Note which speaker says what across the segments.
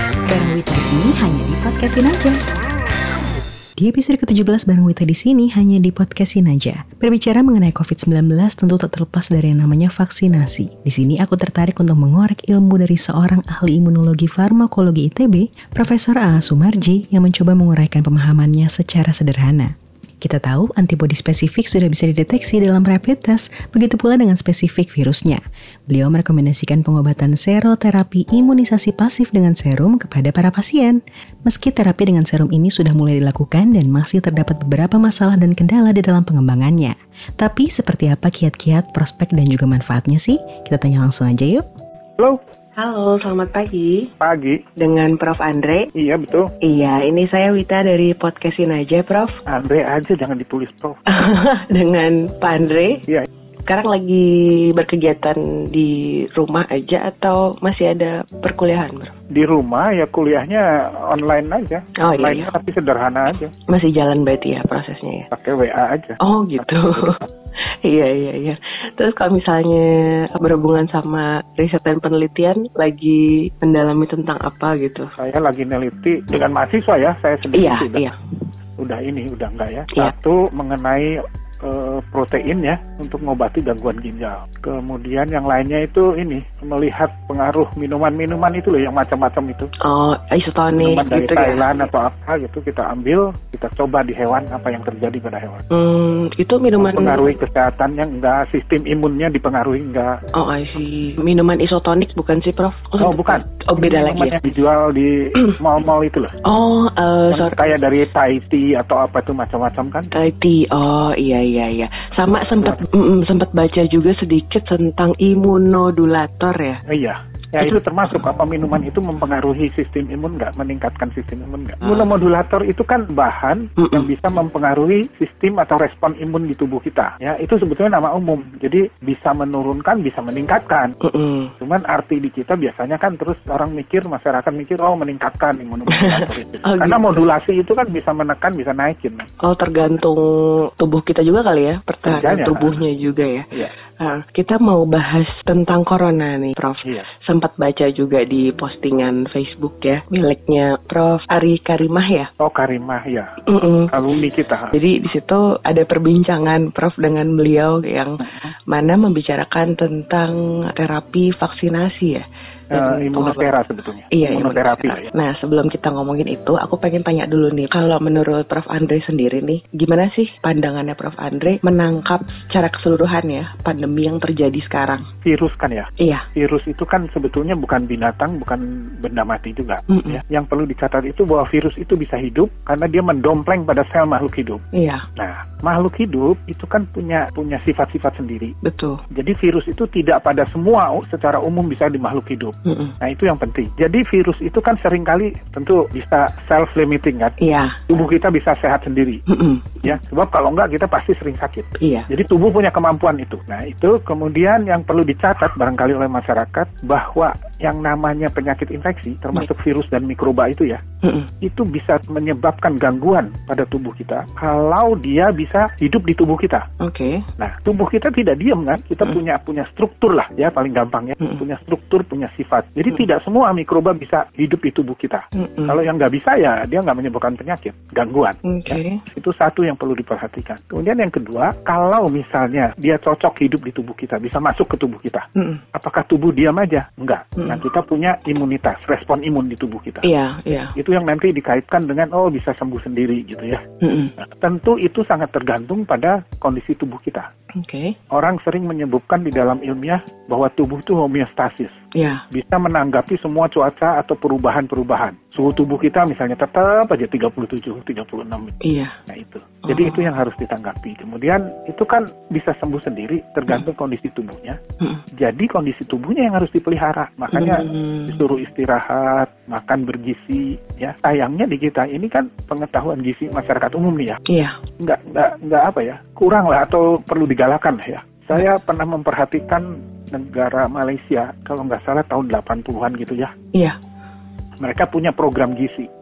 Speaker 1: Bareng Wita di sini hanya di podcastin aja. Di episode ke-17 bareng Wita di sini hanya di podcastin aja. Berbicara mengenai COVID-19 tentu tak terlepas dari yang namanya vaksinasi. Di sini aku tertarik untuk mengorek ilmu dari seorang ahli imunologi farmakologi ITB, Profesor A. Sumarji, yang mencoba menguraikan pemahamannya secara sederhana. Kita tahu antibodi spesifik sudah bisa dideteksi dalam rapid test, begitu pula dengan spesifik virusnya. Beliau merekomendasikan pengobatan seroterapi imunisasi pasif dengan serum kepada para pasien. Meski terapi dengan serum ini sudah mulai dilakukan dan masih terdapat beberapa masalah dan kendala di dalam pengembangannya. Tapi seperti apa kiat-kiat, prospek dan juga manfaatnya sih? Kita tanya langsung aja yuk.
Speaker 2: Halo, selamat pagi.
Speaker 3: Pagi.
Speaker 2: Dengan Prof. Andre.
Speaker 3: Iya, betul.
Speaker 2: Iya, ini saya Wita dari podcastin aja, Prof.
Speaker 3: Andre aja, jangan ditulis, Prof.
Speaker 2: Dengan Pak Andre.
Speaker 3: Iya.
Speaker 2: Sekarang lagi berkegiatan di rumah aja atau masih ada perkuliahan, Prof?
Speaker 3: Di rumah ya kuliahnya online aja.
Speaker 2: Oh,
Speaker 3: online
Speaker 2: iya.
Speaker 3: tapi sederhana aja.
Speaker 2: Masih jalan berarti ya prosesnya ya?
Speaker 3: Pakai WA aja.
Speaker 2: Oh, gitu. Iya. Terus kalau misalnya berhubungan sama riset dan penelitian, lagi mendalami tentang apa gitu?
Speaker 3: Saya lagi neliti dengan mahasiswa ya, saya sendiri
Speaker 2: Iya.
Speaker 3: Udah enggak ya.
Speaker 2: Iya.
Speaker 3: Satu mengenai protein ya untuk mengobati gangguan ginjal. Kemudian yang lainnya itu melihat pengaruh minuman-minuman itu loh yang macam-macam itu.
Speaker 2: Oh, isotonik
Speaker 3: minuman dari
Speaker 2: gitu
Speaker 3: Thailand
Speaker 2: ya?
Speaker 3: atau apa gitu kita ambil, kita coba di hewan apa yang terjadi pada hewan.
Speaker 2: Itu minuman
Speaker 3: Mempengaruhi kesehatannya enggak, sistem imunnya dipengaruhi enggak.
Speaker 2: Oh, I see. Minuman isotonik bukan sih, Prof?
Speaker 3: Oh, bukan.
Speaker 2: Oh, beda lagi
Speaker 3: minuman
Speaker 2: ya?
Speaker 3: yang dijual di mall-mall itu loh.
Speaker 2: Oh,
Speaker 3: yang kayak dari Thai tea atau apa itu macam-macam kan.
Speaker 2: Thai tea. Oh, iya. Sama sempat baca juga sedikit tentang imunodulator ya.
Speaker 3: Iya. Ya itu termasuk apa minuman itu mempengaruhi sistem imun nggak, meningkatkan sistem imun nggak. Imunomodulator itu kan bahan yang bisa mempengaruhi sistem atau respon imun di tubuh kita. Ya itu sebetulnya nama umum. Jadi bisa menurunkan, bisa meningkatkan. Cuman arti di kita biasanya kan terus masyarakat mikir meningkatkan imunomodulator itu. Karena gitu. Modulasi itu kan bisa menekan, bisa naikin.
Speaker 2: Oh, tergantung tubuh kita juga kali ya, pertahanan tubuhnya juga ya.
Speaker 3: Iya.
Speaker 2: Kita mau bahas tentang corona nih, Prof.
Speaker 3: Iya.
Speaker 2: Sempat baca juga di postingan Facebook ya, miliknya Prof. Ari Karimah ya.
Speaker 3: Oh, Karimah ya. Alumni kita.
Speaker 2: Jadi di situ ada perbincangan Prof dengan beliau yang mana membicarakan tentang terapi vaksinasi ya.
Speaker 3: Imunotera sebetulnya.
Speaker 2: Iya,
Speaker 3: imunoterapi.
Speaker 2: Ya. Nah, sebelum kita ngomongin itu, aku pengen tanya dulu nih, kalau menurut Prof. Andre sendiri nih, gimana sih pandangannya Prof. Andre menangkap secara keseluruhan ya pandemi yang terjadi sekarang?
Speaker 3: Virus kan ya?
Speaker 2: Iya.
Speaker 3: Virus itu kan sebetulnya bukan binatang, bukan benda mati juga. Ya. Yang perlu dicatat itu bahwa virus itu bisa hidup karena dia mendompleng pada sel makhluk hidup.
Speaker 2: Iya.
Speaker 3: Nah, makhluk hidup itu kan punya sifat-sifat sendiri.
Speaker 2: Betul.
Speaker 3: Jadi virus itu tidak pada semua secara umum bisa di makhluk hidup. Nah, itu yang penting. Jadi virus itu kan seringkali tentu bisa self-limiting kan?
Speaker 2: Iya.
Speaker 3: Tubuh kita bisa sehat sendiri. Ya, sebab kalau enggak kita pasti sering sakit.
Speaker 2: Iya.
Speaker 3: Jadi tubuh punya kemampuan itu. Nah, itu kemudian yang perlu dicatat barangkali oleh masyarakat bahwa yang namanya penyakit infeksi termasuk virus dan mikroba itu ya, itu bisa menyebabkan gangguan pada tubuh kita kalau dia bisa hidup di tubuh kita.
Speaker 2: Oke.
Speaker 3: Nah, tubuh kita tidak diam kan? Kita punya struktur lah ya, paling gampang ya. Punya struktur, punya sifat. Jadi tidak semua mikroba bisa hidup di tubuh kita. Kalau yang nggak bisa ya dia nggak menyebabkan penyakit, gangguan.
Speaker 2: Okay.
Speaker 3: Ya. Itu satu yang perlu diperhatikan. Kemudian yang kedua, kalau misalnya dia cocok hidup di tubuh kita, bisa masuk ke tubuh kita. Apakah tubuh diam aja? Enggak. Nah, kita punya imunitas, respon imun di tubuh kita.
Speaker 2: Iya.
Speaker 3: Itu yang nanti dikaitkan dengan bisa sembuh sendiri gitu ya. Nah, tentu itu sangat tergantung pada kondisi tubuh kita.
Speaker 2: Okay.
Speaker 3: Orang sering menyebutkan di dalam ilmiah bahwa tubuh itu homeostasis.
Speaker 2: Iya.
Speaker 3: Bisa menanggapi semua cuaca atau perubahan-perubahan. Suhu tubuh kita misalnya tetap aja 37, 36.
Speaker 2: Iya.
Speaker 3: Nah itu. Jadi itu yang harus ditanggapi. Kemudian itu kan bisa sembuh sendiri tergantung kondisi tubuhnya. Jadi kondisi tubuhnya yang harus dipelihara. Makanya disuruh istirahat, makan bergizi. Ya, sayangnya di kita ini kan pengetahuan gizi masyarakat umum nih ya.
Speaker 2: Iya.
Speaker 3: Nggak kurang lah atau perlu digalakan ya. Saya pernah memperhatikan negara Malaysia, kalau nggak salah tahun 80-an gitu ya.
Speaker 2: Iya.
Speaker 3: Mereka punya program gizi.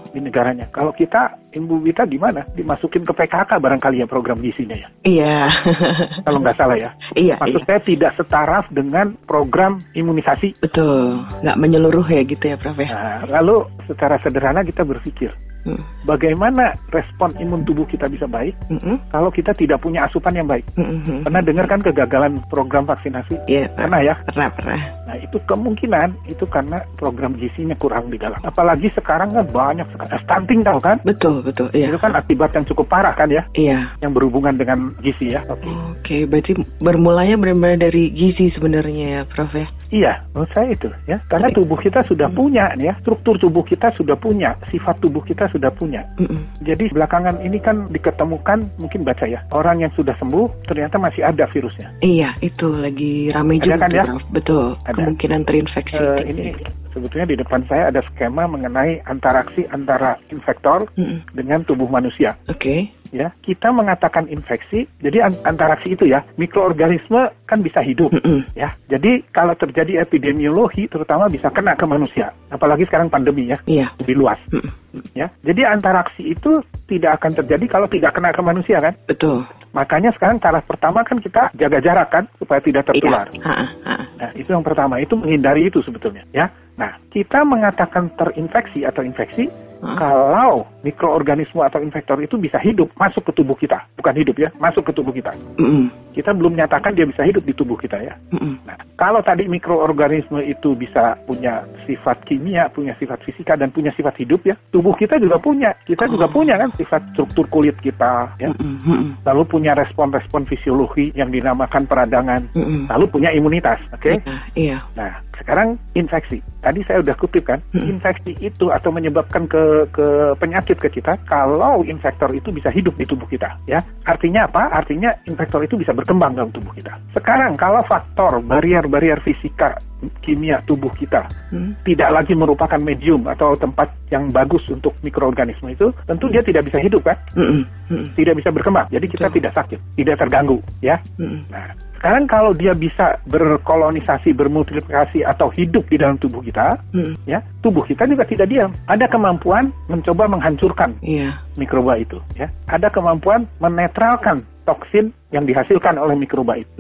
Speaker 3: di negaranya. Kalau kita, Ibu Wita gimana? Dimasukin ke PKK barangkali ya program gizinya ya?
Speaker 2: Iya.
Speaker 3: Kalau nggak salah ya?
Speaker 2: Iya.
Speaker 3: Maksud saya tidak setaraf dengan program imunisasi.
Speaker 2: Betul. Nggak menyeluruh ya gitu ya, Prof. Ya?
Speaker 3: Nah, lalu secara sederhana kita berpikir, bagaimana respon imun tubuh kita bisa baik kalau kita tidak punya asupan yang baik? Pernah dengar kan kegagalan program vaksinasi?
Speaker 2: Iya.
Speaker 3: Pernah ya?
Speaker 2: Pernah.
Speaker 3: Nah, itu kemungkinan itu karena program gizinya kurang di dalam. Apalagi sekarang kan banyak sekali stunting, tahu kan?
Speaker 2: Betul. Iya.
Speaker 3: Itu kan akibat yang cukup parah kan ya?
Speaker 2: Iya.
Speaker 3: Yang berhubungan dengan gizi ya.
Speaker 2: Oke, berarti bermulanya benar-benar dari gizi sebenarnya ya, Prof. Ya?
Speaker 3: Iya, menurut saya itu ya. Karena tubuh kita sudah punya ya, struktur tubuh kita sudah punya, sifat tubuh kita sudah punya. Jadi belakangan ini kan diketemukan, mungkin baca ya, orang yang sudah sembuh ternyata masih ada virusnya.
Speaker 2: Iya, itu lagi ramai juga
Speaker 3: kan, ya?
Speaker 2: Prof. Betul.
Speaker 3: Ada.
Speaker 2: Kemungkinan terinfeksi.
Speaker 3: Ini sebetulnya di depan saya ada skema mengenai interaksi antara infektor dengan tubuh manusia.
Speaker 2: Oke.
Speaker 3: Ya, kita mengatakan infeksi, jadi interaksi itu ya, mikroorganisme kan bisa hidup, ya. Jadi kalau terjadi epidemiologi, terutama bisa kena ke manusia, apalagi sekarang pandemi ya, lebih luas, ya. Jadi interaksi itu tidak akan terjadi kalau tidak kena ke manusia kan?
Speaker 2: Betul.
Speaker 3: Makanya sekarang cara pertama kan kita jaga jarak kan, supaya tidak tertular. Nah, itu yang pertama, itu menghindari itu sebetulnya, ya. Nah, kita mengatakan terinfeksi atau infeksi kalau mikroorganisme atau infektor itu bisa hidup masuk ke tubuh kita, bukan hidup ya, masuk ke tubuh kita. Kita belum nyatakan dia bisa hidup di tubuh kita ya. Nah, kalau tadi mikroorganisme itu bisa punya sifat kimia, punya sifat fisika dan punya sifat hidup ya, tubuh kita juga punya. Kita juga punya kan sifat struktur kulit kita ya. Lalu punya respon-respon fisiologi yang dinamakan peradangan. Lalu punya imunitas, oke?
Speaker 2: Iya.
Speaker 3: Nah, sekarang infeksi. Tadi saya udah kutip kan, infeksi itu atau menyebabkan ke penyakit ke kita kalau infektor itu bisa hidup di tubuh kita, ya. Artinya apa? Artinya infektor itu bisa berkembang dalam tubuh kita. Sekarang kalau faktor barrier fisika kimia tubuh kita tidak lagi merupakan medium atau tempat yang bagus untuk mikroorganisme itu, tentu dia tidak bisa hidup kan? Tidak bisa berkembang. Jadi kita tidak sakit, tidak terganggu, ya. Nah, sekarang kalau dia bisa berkolonisasi, bermultiplikasi atau hidup di dalam tubuh kita, ya, tubuh kita juga tidak diam. Ada kemampuan mencoba menghancurkan mikroba itu, ya. Ada kemampuan menetralkan toksin yang dihasilkan oleh mikroba itu.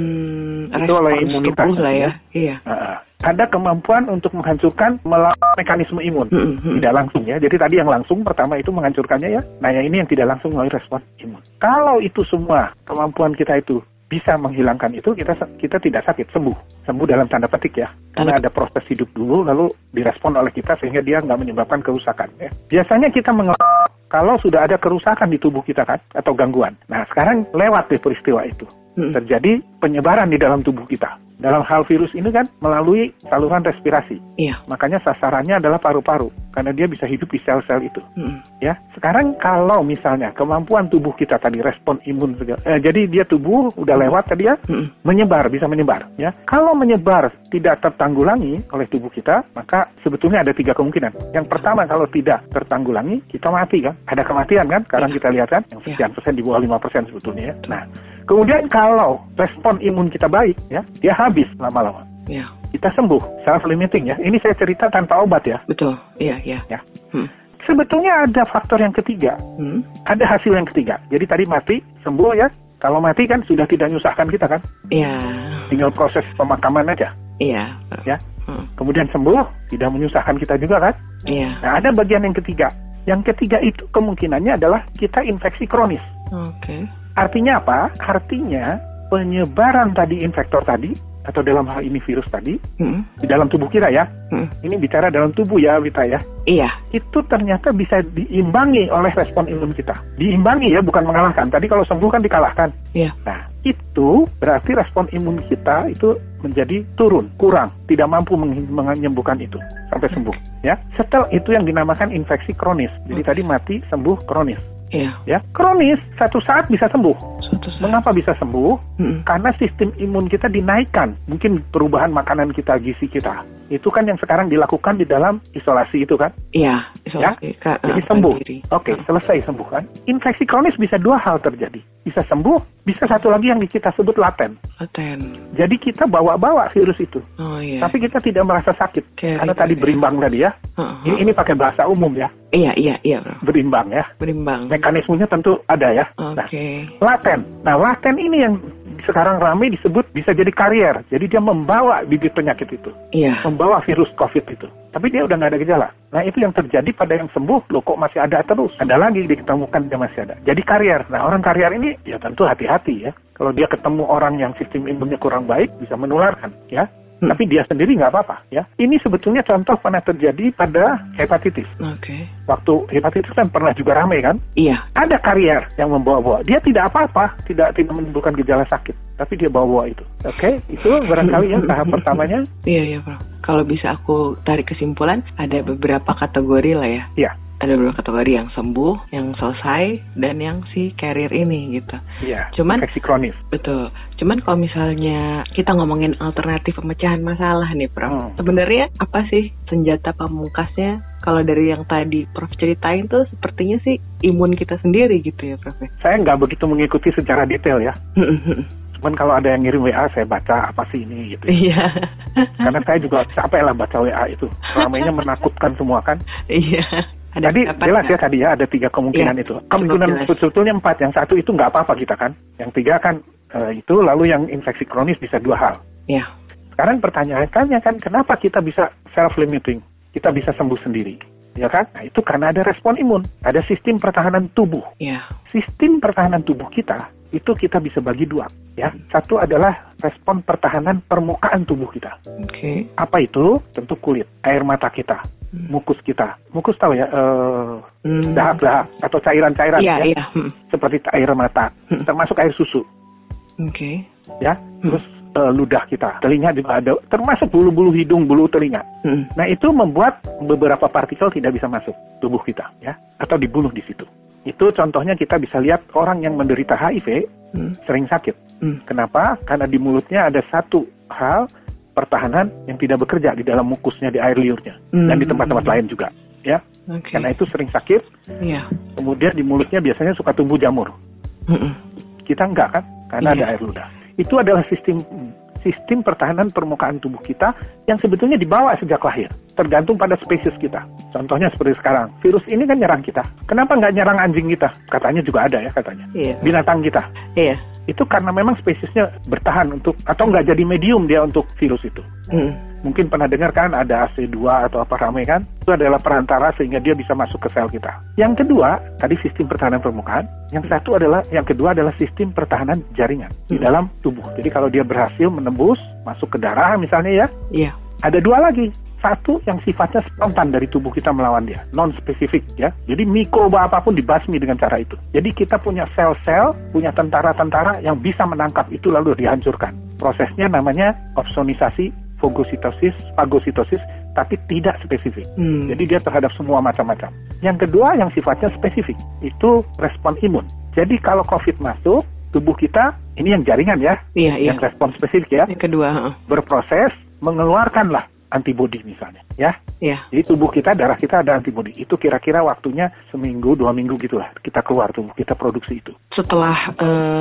Speaker 3: Itu oleh imunitas
Speaker 2: lah ya. Iya.
Speaker 3: Ada kemampuan untuk menghancurkan melalui mekanisme imun. Tidak langsung ya. Jadi tadi yang langsung pertama itu menghancurkannya ya. Nah, yang ini yang tidak langsung melalui respon imun. Kalau itu semua kemampuan kita itu bisa menghilangkan itu, kita tidak sakit, sembuh dalam tanda petik ya, karena ada proses hidup dulu lalu direspon oleh kita sehingga dia nggak menyebabkan kerusakan ya. Biasanya kita kalau sudah ada kerusakan di tubuh kita kan atau gangguan, nah sekarang lewat deh peristiwa itu terjadi penyebaran di dalam tubuh kita. Dalam hal virus ini kan melalui saluran respirasi. Makanya sasarannya adalah paru-paru karena dia bisa hidup di sel-sel itu. Ya, sekarang kalau misalnya kemampuan tubuh kita tadi respon imun jadi dia tubuh udah lewat tadi ya, bisa menyebar. Ya, kalau menyebar tidak tertanggulangi oleh tubuh kita, maka sebetulnya ada 3 kemungkinan. Yang pertama kalau tidak tertanggulangi, kita mati kan? Ada kematian kan? Sekarang kita lihat kan, yang sekian persen di bawah 5% sebetulnya. Ya. Nah, kemudian kalau respon imun kita baik, ya, dia habis lama-lama. Kita sembuh, self-limiting ya. Ini saya cerita tanpa obat ya.
Speaker 2: Betul, iya.
Speaker 3: Ya. Sebetulnya ada faktor yang ketiga. Ada hasil yang ketiga. Jadi tadi mati, sembuh ya. Kalau mati kan sudah tidak nyusahkan kita kan?
Speaker 2: Iya.
Speaker 3: Tinggal proses pemakaman aja.
Speaker 2: Iya.
Speaker 3: Ya. Kemudian sembuh, tidak menyusahkan kita juga kan?
Speaker 2: Iya.
Speaker 3: Nah, ada bagian yang ketiga. Yang ketiga itu kemungkinannya adalah kita infeksi kronis.
Speaker 2: Oke.
Speaker 3: Artinya apa? Artinya penyebaran tadi infektor tadi, atau dalam hal ini virus tadi, di dalam tubuh kita ya. Ini bicara dalam tubuh ya, Wita ya.
Speaker 2: Iya.
Speaker 3: Itu ternyata bisa diimbangi oleh respon imun kita. Diimbangi ya, bukan mengalahkan. Tadi kalau sembuh kan dikalahkan.
Speaker 2: Iya.
Speaker 3: Nah, itu berarti respon imun kita itu menjadi turun, kurang, tidak mampu menyembuhkan itu sampai sembuh. Ya, setelah itu yang dinamakan infeksi kronis. Jadi tadi mati, sembuh, kronis.
Speaker 2: Iya.
Speaker 3: Ya, kronis satu saat bisa sembuh. Mengapa bisa sembuh? Karena sistem imun kita dinaikkan. Mungkin perubahan makanan kita, gizi kita. Itu kan yang sekarang dilakukan di dalam isolasi itu kan?
Speaker 2: Iya, isolasi.
Speaker 3: Ya? Jadi sembuh. Oke, selesai sembuh kan? Infeksi kronis bisa 2 hal terjadi. Bisa sembuh, bisa satu lagi yang kita sebut laten. Jadi kita bawa-bawa virus itu.
Speaker 2: Oh, iya.
Speaker 3: Tapi kita tidak merasa sakit. Karena tadi berimbang tadi ya. Ini pakai bahasa umum ya.
Speaker 2: Iya, Prof.
Speaker 3: Berimbang ya.
Speaker 2: Berimbang.
Speaker 3: Mekanismenya tentu ada ya.
Speaker 2: Oke.
Speaker 3: Nah, laten ini yang sekarang ramai disebut bisa jadi karier. Jadi dia membawa bibit penyakit itu.
Speaker 2: Iya.
Speaker 3: Membawa virus COVID itu. Tapi dia udah nggak ada gejala. Nah, itu yang terjadi pada yang sembuh. Loh, kok masih ada terus? Ada lagi diketemukan dia masih ada. Jadi karier. Nah, orang karier ini ya tentu hati-hati ya. Kalau dia ketemu orang yang sistem imunnya kurang baik, bisa menularkan ya. Tapi dia sendiri nggak apa-apa ya. Ini sebetulnya contoh pernah terjadi pada hepatitis.
Speaker 2: Oke.
Speaker 3: Waktu hepatitis kan pernah juga ramai kan?
Speaker 2: Iya.
Speaker 3: Ada karier yang membawa-bawa. Dia tidak apa-apa, tidak menimbulkan gejala sakit, tapi dia bawa itu. Oke, itu barangkali ya tahap pertamanya.
Speaker 2: Iya, Prof. Kalau bisa aku tarik kesimpulan, ada beberapa kategori lah ya.
Speaker 3: Iya.
Speaker 2: Ada beberapa kategori yang sembuh, yang selesai, dan yang si carrier ini gitu.
Speaker 3: Iya.
Speaker 2: Cuman
Speaker 3: infeksi kronis.
Speaker 2: Betul. Cuman kalau misalnya kita ngomongin alternatif pemecahan masalah nih, Prof. Sebenarnya apa sih senjata pamungkasnya? Kalau dari yang tadi Prof ceritain tuh sepertinya sih imun kita sendiri gitu ya, Prof.
Speaker 3: Saya nggak begitu mengikuti secara detail ya. Cuman kalau ada yang ngirim WA, saya baca apa sih ini gitu.
Speaker 2: Iya.
Speaker 3: Karena saya juga capek lah baca WA itu. Ramainya menakutkan semua kan.
Speaker 2: Iya.
Speaker 3: Jadi jelas ya tadi ya ada 3 kemungkinan itu. Kemungkinan sebetulnya 4. Yang satu itu nggak apa-apa kita kan. Yang 3 kan itu. Lalu yang infeksi kronis bisa 2 hal.
Speaker 2: Iya.
Speaker 3: Sekarang pertanyaannya kan kenapa kita bisa self-limiting? Kita bisa sembuh sendiri. Ya kan? Nah, itu karena ada respon imun. Ada sistem pertahanan tubuh.
Speaker 2: Iya.
Speaker 3: Sistem pertahanan tubuh kita itu kita bisa bagi 2 ya. Satu adalah respon pertahanan permukaan tubuh kita.
Speaker 2: Oke.
Speaker 3: Apa itu? Tentu kulit, air mata kita, mukus kita. Mukus tahu ya, dahak-dahak atau cairan-cairan ya. Iya. Seperti air mata, termasuk air susu.
Speaker 2: Oke.
Speaker 3: Ya, terus ludah kita, telinga juga ada, termasuk bulu-bulu hidung, bulu telinga. Nah, itu membuat beberapa partikel tidak bisa masuk tubuh kita ya, atau dibunuh di situ. Itu contohnya kita bisa lihat orang yang menderita HIV sering sakit. Kenapa? Karena di mulutnya ada satu hal pertahanan yang tidak bekerja di dalam mukusnya, di air liurnya, dan di tempat-tempat lain juga. Ya, karena itu sering sakit. Kemudian di mulutnya biasanya suka tumbuh jamur. Kita enggak kan? Karena ada air ludah. Itu adalah sistem pertahanan permukaan tubuh kita yang sebetulnya dibawa sejak lahir. Tergantung pada spesies kita. Contohnya seperti sekarang. Virus ini kan nyerang kita. Kenapa nggak nyerang anjing kita? Katanya juga ada ya katanya.
Speaker 2: Iya.
Speaker 3: Binatang kita.
Speaker 2: Iya.
Speaker 3: Itu karena memang spesiesnya bertahan untuk, atau nggak jadi medium dia untuk virus itu. Mungkin pernah dengar kan ada AC2 atau apa ramai kan? Itu adalah perantara sehingga dia bisa masuk ke sel kita. Yang kedua, tadi sistem pertahanan permukaan. Yang kedua adalah sistem pertahanan jaringan di dalam tubuh. Jadi kalau dia berhasil menembus, masuk ke darah misalnya ya.
Speaker 2: Iya.
Speaker 3: Ada 2 lagi. Satu yang sifatnya spontan dari tubuh kita melawan dia, non-spesifik ya. Jadi mikroba apapun dibasmi dengan cara itu. Jadi kita punya sel-sel, punya tentara-tentara yang bisa menangkap itu lalu dihancurkan. Prosesnya namanya opsonisasi, fagositosis, tapi tidak spesifik. Jadi dia terhadap semua macam-macam. Yang kedua yang sifatnya spesifik, itu respon imun. Jadi kalau COVID masuk, tubuh kita, ini yang jaringan ya, yang respon spesifik ya.
Speaker 2: Yang kedua,
Speaker 3: berproses, mengeluarkanlah antibodi misalnya, ya. Jadi tubuh kita, darah kita ada antibodi. Itu kira-kira waktunya seminggu, 2 minggu gitulah. Kita keluar tubuh kita produksi itu.
Speaker 2: Setelah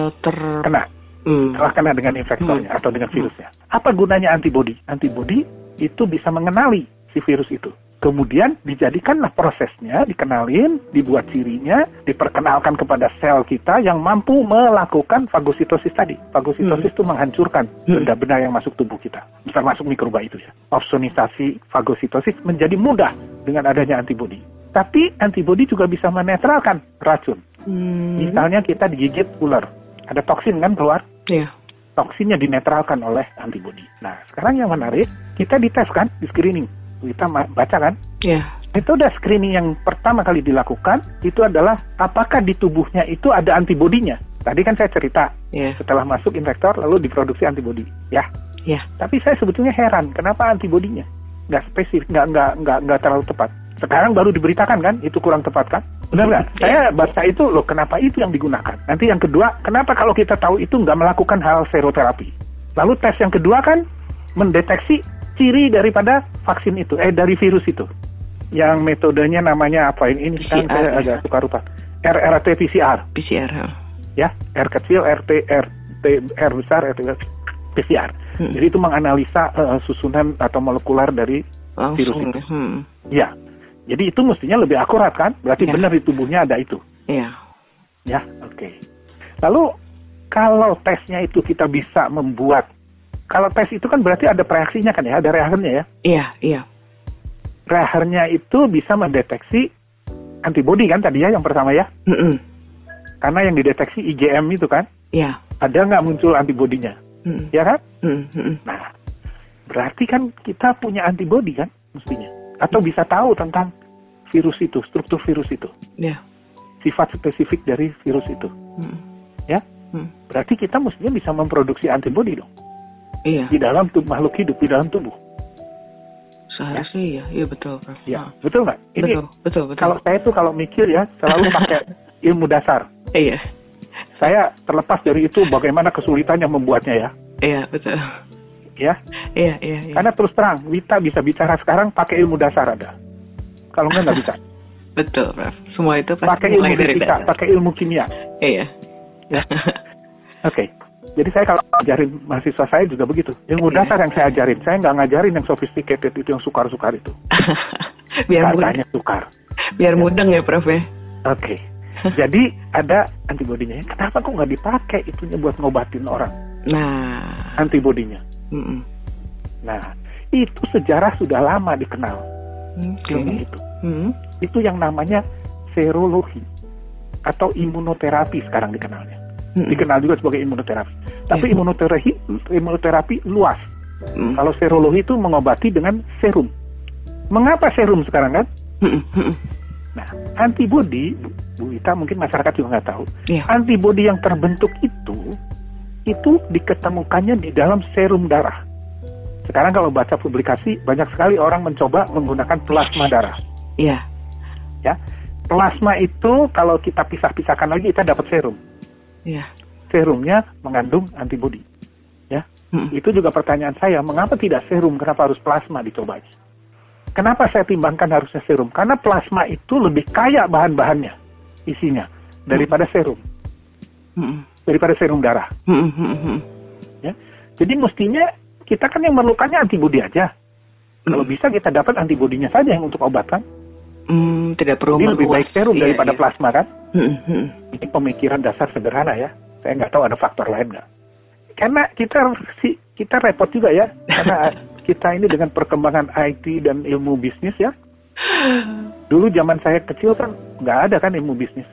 Speaker 3: kena. Setelah kena dengan infektornya atau dengan virusnya. Apa gunanya antibodi? Antibodi itu bisa mengenali si virus itu. Kemudian dijadikanlah prosesnya, dikenalin, dibuat cirinya, diperkenalkan kepada sel kita yang mampu melakukan fagositosis tadi. Fagositosis itu menghancurkan benda-benda yang masuk tubuh kita, termasuk mikroba itu ya. Opsonisasi fagositosis menjadi mudah dengan adanya antibodi. Tapi antibodi juga bisa menetralkan racun. Misalnya kita digigit ular, ada toksin kan keluar?
Speaker 2: Iya.
Speaker 3: Toksinnya dinetralkan oleh antibodi. Nah, sekarang yang menarik, kita dites kan, di screening. Kita baca kan?
Speaker 2: Iya.
Speaker 3: Metode screening yang pertama kali dilakukan itu adalah apakah di tubuhnya itu ada antibodinya. Tadi kan saya cerita, setelah masuk infektor lalu diproduksi antibodi, ya. Tapi saya sebetulnya heran, kenapa antibodinya nggak spesifik, nggak terlalu tepat. Sekarang baru diberitakan kan, itu kurang tepat kan? Benar nggak? Saya baca itu loh, kenapa itu yang digunakan? Nanti yang kedua, kenapa kalau kita tahu itu nggak melakukan hal seroterapi? Lalu tes yang kedua kan mendeteksi ciri daripada vaksin itu, dari virus itu. Yang metodenya namanya apa ini kan saya agak suka lupa. RT-PCR.
Speaker 2: PCR.
Speaker 3: Ya, R kecil, R besar, PCR. Jadi itu menganalisa susunan atau molekular dari virus itu. Ya. Jadi itu mestinya lebih akurat kan? Berarti benar di tubuhnya ada itu.
Speaker 2: Iya.
Speaker 3: Ya, oke. Lalu kalau tesnya itu kita bisa membuat, kalau tes itu kan berarti ada reaksinya kan ya, ada reagennya ya?
Speaker 2: Iya, iya.
Speaker 3: Reagennya itu bisa mendeteksi antibodi kan tadi ya yang pertama ya? Karena yang dideteksi IgM itu kan?
Speaker 2: Iya.
Speaker 3: Ada nggak muncul antibodinya? Ya kan? Nah, berarti kan kita punya antibodi kan mestinya? Atau bisa tahu tentang virus itu, struktur virus itu.
Speaker 2: Iya.
Speaker 3: Sifat spesifik dari virus itu. Ya? Berarti kita mestinya bisa memproduksi antibodi dong.
Speaker 1: Iya.
Speaker 3: Di dalam makhluk hidup, di dalam tubuh.
Speaker 1: Seharusnya iya betul, Prof.
Speaker 3: Ya, betul nggak? Ini
Speaker 1: betul.
Speaker 3: Kalau saya tuh kalau mikir ya selalu pakai ilmu dasar.
Speaker 1: Iya.
Speaker 3: Saya terlepas dari itu bagaimana kesulitannya membuatnya ya.
Speaker 1: Iya, betul.
Speaker 3: Ya.
Speaker 1: Iya.
Speaker 3: Karena terus terang, Wita bisa bicara sekarang pakai ilmu dasar ada. Kalau nggak bisa.
Speaker 1: Betul, Prof. Semua itu pasti
Speaker 3: pakai ilmu fisika, pakai ilmu kimia.
Speaker 1: Iya.
Speaker 3: Ya. Oke. Jadi saya kalau ajarin mahasiswa saya juga begitu. Ilmu dasar yang saya ajarin. Saya nggak ngajarin yang sophisticated itu, yang sukar-sukar itu.
Speaker 1: Biar
Speaker 3: katanya sukar.
Speaker 1: Biar mudeng ya, Prof ya.
Speaker 3: Oke. Jadi ada antibodinya. Kenapa kok nggak dipakai itunya buat ngobatin orang?
Speaker 1: Nah.
Speaker 3: Antibodinya. Nah, itu sejarah sudah lama dikenal. Ilmu itu. Itu yang namanya serologi atau imunoterapi sekarang dikenalnya. Dikenal juga sebagai imunoterapi. Tapi imunoterapi luas. Kalau serologi itu mengobati dengan serum. Mengapa serum sekarang kan? Nah, antibodi, Bu Wita mungkin masyarakat juga nggak tahu. Antibodi yang terbentuk itu diketemukannya di dalam serum darah. Sekarang kalau baca publikasi, banyak sekali orang mencoba menggunakan plasma darah.
Speaker 1: Iya.
Speaker 3: Ya, plasma itu kalau kita pisah-pisahkan lagi, kita dapat serum.
Speaker 1: Iya.
Speaker 3: Serumnya mengandung antibodi. Ya, itu juga pertanyaan saya, mengapa tidak serum? Kenapa harus plasma dicoba? Kenapa saya timbangkan harusnya serum? Karena plasma itu lebih kaya bahan-bahannya, isinya, daripada serum. Daripada serum darah. Ya, jadi mestinya kita kan yang memerlukannya antibodi aja. Kalau bisa kita dapat antibodinya saja yang untuk obat kan.
Speaker 1: Tidak perlu.
Speaker 3: Jadi lebih baik serum daripada plasma kan.
Speaker 1: Ini
Speaker 3: pemikiran dasar sederhana ya. Saya nggak tahu ada faktor lain nggak. Karena kita repot juga ya. Karena kita ini dengan perkembangan IT dan ilmu bisnis ya. Dulu zaman saya kecil kan nggak ada kan ilmu bisnis.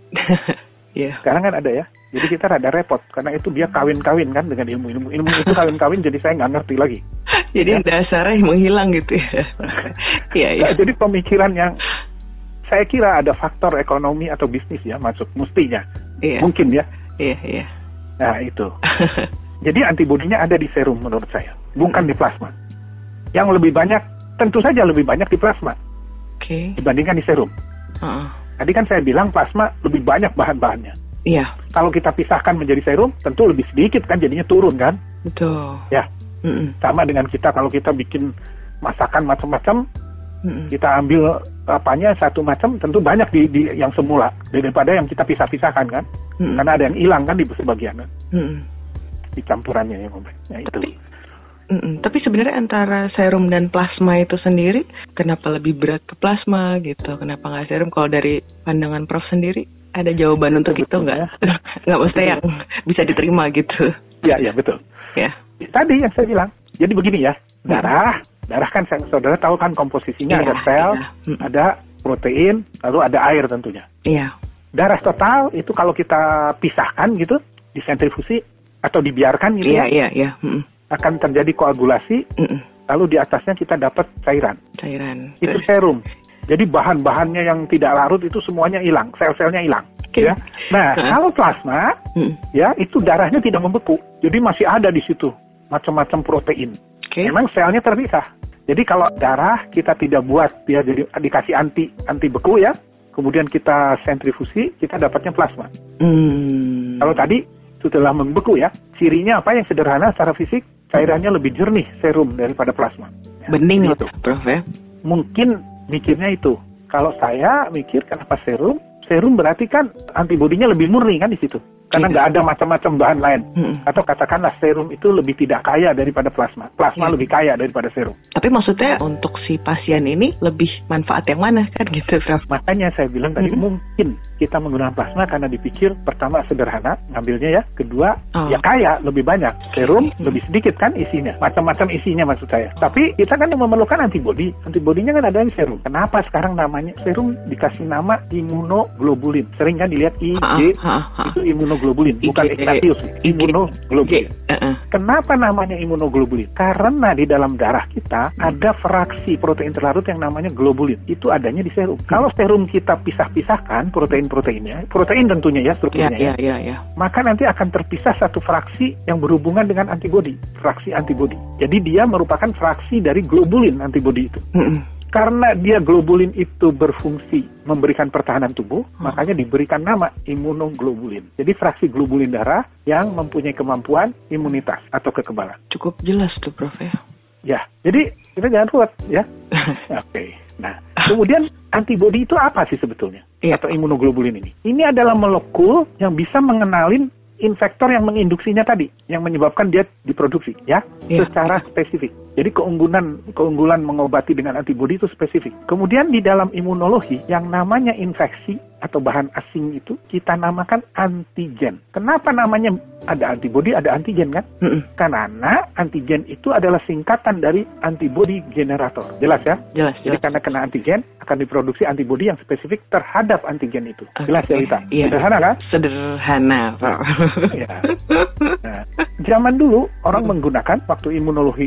Speaker 3: Sekarang kan ada ya. Jadi kita rada repot. Karena itu dia kawin-kawin kan dengan ilmu itu kawin-kawin. Jadi saya nggak ngerti lagi.
Speaker 1: Jadi dasarnya menghilang gitu ya. Iya.
Speaker 3: Jadi pemikiran yang saya kira ada faktor ekonomi atau bisnis ya masuk mestinya. Mungkin ya. Iya. Nah itu. Jadi antibodinya ada di serum menurut saya, bukan di plasma. Yang lebih banyak, tentu saja lebih banyak di plasma dibandingkan di serum. Tadi kan saya bilang plasma lebih banyak bahan-bahannya.
Speaker 1: Iya.
Speaker 3: Kalau kita pisahkan menjadi serum, tentu lebih sedikit kan, jadinya turun kan?
Speaker 1: Betul.
Speaker 3: Ya. Sama dengan kita kalau kita bikin masakan macam-macam, kita ambil apanya satu macam, tentu banyak di yang semula daripada yang kita pisah-pisahkan kan? Karena ada yang hilang kan di sebagian kan? Di campurannya yang itu.
Speaker 1: Tapi sebenarnya antara serum dan plasma itu sendiri, kenapa lebih berat ke plasma gitu? Kenapa nggak serum? Kalau dari pandangan Prof sendiri, ada jawaban untuk itu nggak? Ya. Nggak mesti yang bisa diterima gitu.
Speaker 3: Ya betul.
Speaker 1: Ya.
Speaker 3: Tadi yang saya bilang. Jadi begini ya, darah kan saudara tahu kan komposisinya ada sel, ada protein, lalu ada air tentunya.
Speaker 1: Iya. Darah
Speaker 3: total itu kalau kita pisahkan gitu, disentrifusi atau dibiarkan gitu.
Speaker 1: Iya.
Speaker 3: Akan terjadi koagulasi, lalu di atasnya kita dapat cairan. Itu serum. Jadi bahan-bahannya yang tidak larut itu semuanya hilang, sel-selnya hilang. Ya. Nah, kalau plasma, ya itu darahnya tidak membeku, jadi masih ada di situ macam-macam protein. Memang selnya terpisah. Jadi kalau darah kita tidak buat dia jadi dikasih anti beku ya, kemudian kita sentrifusi, kita dapatnya plasma. Kalau tadi setelah membeku ya, cirinya apa yang sederhana secara fisik, cairannya lebih jernih serum daripada plasma. Ya,
Speaker 1: bening gitu, Prof ya.
Speaker 3: Mungkin mikirnya itu. Kalau saya mikir kenapa serum? Serum berarti kan antibodinya lebih murni kan di situ. karena nggak ada macam-macam bahan lain. Atau katakanlah serum itu lebih tidak kaya daripada plasma. Plasma lebih kaya daripada serum.
Speaker 2: Tapi maksudnya untuk si pasien ini lebih manfaat yang mana kan gitu, Prof?
Speaker 3: Makanya saya bilang tadi mungkin kita menggunakan plasma karena dipikir pertama sederhana ngambilnya ya, kedua ya kaya, lebih banyak. Serum lebih sedikit kan isinya, macam-macam isinya maksud saya. Tapi kita kan memerlukan antibodi. Antibodinya kan ada di serum. Kenapa sekarang namanya serum dikasih nama imunoglobulin? Sering kan dilihat IG itu imunoglobulin, bukan Ignatius, imunoglobulin. Kenapa namanya imunoglobulin? Karena di dalam darah kita ada fraksi protein terlarut yang namanya globulin. Itu adanya di serum. Kalau serum kita pisah-pisahkan protein-proteinnya, protein tentunya ya strukturnya maka nanti akan terpisah satu fraksi yang berhubungan dengan antibodi, fraksi antibodi. Jadi dia merupakan fraksi dari globulin antibodi itu. Karena dia globulin itu berfungsi memberikan pertahanan tubuh, makanya diberikan nama imunoglobulin. Jadi fraksi globulin darah yang mempunyai kemampuan imunitas atau kekebalan.
Speaker 2: Cukup jelas tuh, Prof ya.
Speaker 3: Ya, jadi kita jangan ruwet ya. Oke. Nah, kemudian antibodi itu apa sih sebetulnya? Atau imunoglobulin ini? Ini adalah molekul yang bisa mengenalin infektor yang menginduksinya tadi, yang menyebabkan dia diproduksi, secara spesifik. Jadi keunggulan mengobati dengan antibodi itu spesifik. Kemudian di dalam imunologi, yang namanya infeksi atau bahan asing itu kita namakan antigen. Kenapa namanya ada antibodi, ada antigen kan? Karena antigen itu adalah singkatan dari antibody generator. Jelas ya?
Speaker 2: Jelas.
Speaker 3: Jadi karena kena antigen, akan diproduksi antibodi yang spesifik terhadap antigen itu. Jelas ya, Lita? Sederhana kan?
Speaker 2: Sederhana, Pak.
Speaker 3: Nah, zaman dulu orang menggunakan, waktu imunologi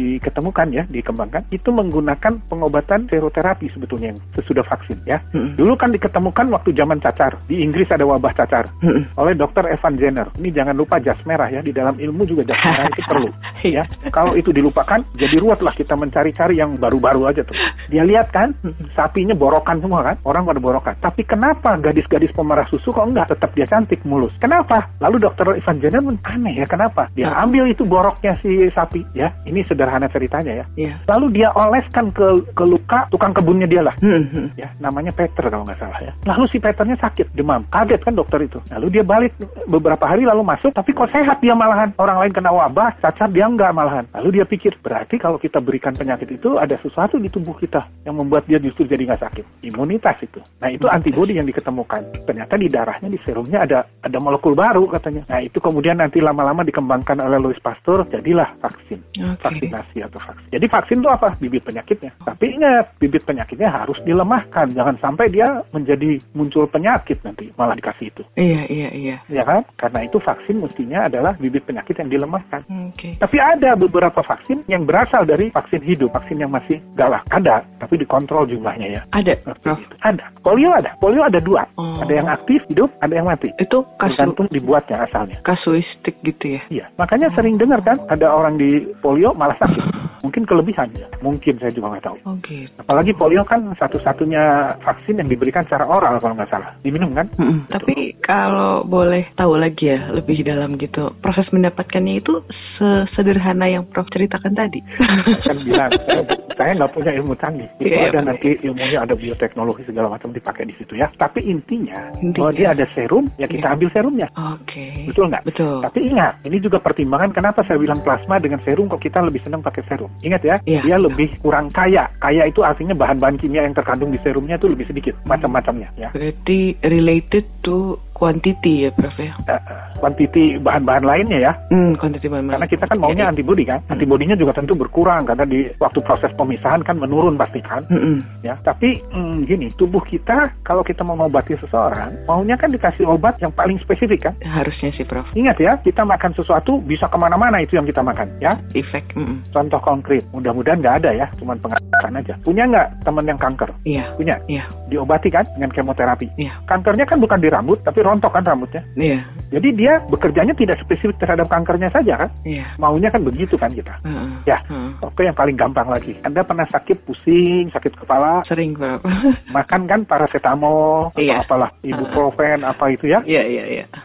Speaker 3: dikembangkan, itu menggunakan pengobatan seroterapi sebetulnya yang sesudah vaksin ya. Dulu kan diketemukan waktu zaman cacar. Di Inggris ada wabah cacar oleh Dr. Evan Jenner. Ini jangan lupa jas merah ya, di dalam ilmu juga jas merah itu perlu ya. Kalau itu dilupakan, jadi ruwet lah kita mencari-cari yang baru-baru aja tuh. Dia lihat kan, sapinya borokan semua kan, orang pada borokan. Tapi kenapa gadis-gadis pemerah susu kok enggak, tetap dia cantik, mulus? Kenapa? Lalu Dr. Evan Jenner aneh ya, kenapa? Dia ambil itu boroknya si sapi ya. Ini sederhana ceritanya ya. Lalu dia oleskan ke luka tukang kebunnya dia lah. Ya, namanya Peter kalau nggak salah ya. Lalu si Peternya sakit, demam. Kaget kan dokter itu. Lalu dia balik beberapa hari lalu masuk, tapi kok sehat dia malahan. Orang lain kena wabah, cacar dia enggak malahan. Lalu dia pikir, berarti kalau kita berikan penyakit itu ada sesuatu di tubuh kita yang membuat dia justru jadi nggak sakit. Imunitas itu. Nah, itu antibodi yang diketemukan. Ternyata di darahnya, di serumnya ada molekul baru katanya. Nah, itu kemudian nanti lama-lama dikembangkan oleh Louis Pasteur, jadilah vaksin. Vaksinasi atau vaksin. Jadi vaksin itu apa? Bibit penyakitnya. Tapi ingat, bibit penyakitnya harus dilemahkan. Jangan sampai dia menjadi muncul penyakit nanti, malah dikasih itu.
Speaker 2: Iya.
Speaker 3: Ya kan? Karena itu vaksin mestinya adalah bibit penyakit yang dilemahkan. Tapi ada beberapa vaksin yang berasal dari vaksin hidup, vaksin yang masih galak. Ada, tapi dikontrol jumlahnya ya.
Speaker 2: Ada, Prof?
Speaker 3: Ada. Polio ada. Polio ada 2. Ada yang aktif, hidup, ada yang mati.
Speaker 2: Itu
Speaker 3: tergantung dibuatnya asalnya.
Speaker 2: Kasuistik gitu ya?
Speaker 3: Iya. Makanya sering dengar kan, ada orang di polio malah sakit. Mungkin kelebihan ya. Mungkin, saya juga nggak tahu.
Speaker 2: Gitu.
Speaker 3: Apalagi polio kan satu-satunya vaksin yang diberikan secara oral kalau nggak salah. Diminum kan?
Speaker 2: Tapi kalau boleh tahu lagi ya, lebih dalam gitu, proses mendapatkannya itu sesederhana yang Prof ceritakan tadi.
Speaker 3: Saya kan bilang, saya nggak punya ilmu canggih. Itu ada nanti ilmunya, ada bioteknologi segala macam dipakai di situ ya. Tapi intinya bahwa dia ada serum, ya kita ambil serumnya. Betul nggak?
Speaker 2: Betul.
Speaker 3: Tapi ingat, ini juga pertimbangan kenapa saya bilang plasma dengan serum kok kita lebih senang pakai serum. Ingat ya, dia lebih kurang kaya. Kaya itu artinya bahan-bahan kimia yang terkandung di serumnya itu lebih sedikit, macam-macamnya ya.
Speaker 2: Berarti related to quantity ya, Prof ya?
Speaker 3: Quantity bahan-bahan lainnya ya.
Speaker 2: Quantity bahan-bahan.
Speaker 3: Karena kita kan maunya antibodi kan. Antibodinya juga tentu berkurang karena di waktu proses pemisahan kan menurun pasti kan. Ya, tapi gini, tubuh kita kalau kita mau mengobati seseorang, maunya kan dikasih obat yang paling spesifik kan?
Speaker 2: Harusnya sih, Prof.
Speaker 3: Ingat ya, kita makan sesuatu bisa kemana-mana itu yang kita makan ya.
Speaker 2: Efek.
Speaker 3: Contoh konkret, mudah-mudahan nggak ada ya, cuman pengakuan aja. Punya nggak teman yang kanker?
Speaker 2: Iya.
Speaker 3: Punya?
Speaker 2: Iya.
Speaker 3: Diobati kan dengan kemoterapi?
Speaker 2: Iya.
Speaker 3: Kankernya kan bukan di rambut, tapi rontok kan rambutnya?
Speaker 2: Iya.
Speaker 3: Jadi dia bekerjanya tidak spesifik terhadap kankernya saja kan?
Speaker 2: Iya.
Speaker 3: Maunya kan begitu kan kita? Ya. Oke, yang paling gampang lagi. Anda pernah sakit pusing, sakit kepala?
Speaker 2: Sering, Prof.
Speaker 3: Makan kan paracetamol, atau apalah, ibuprofen, apa itu ya?
Speaker 2: Iya.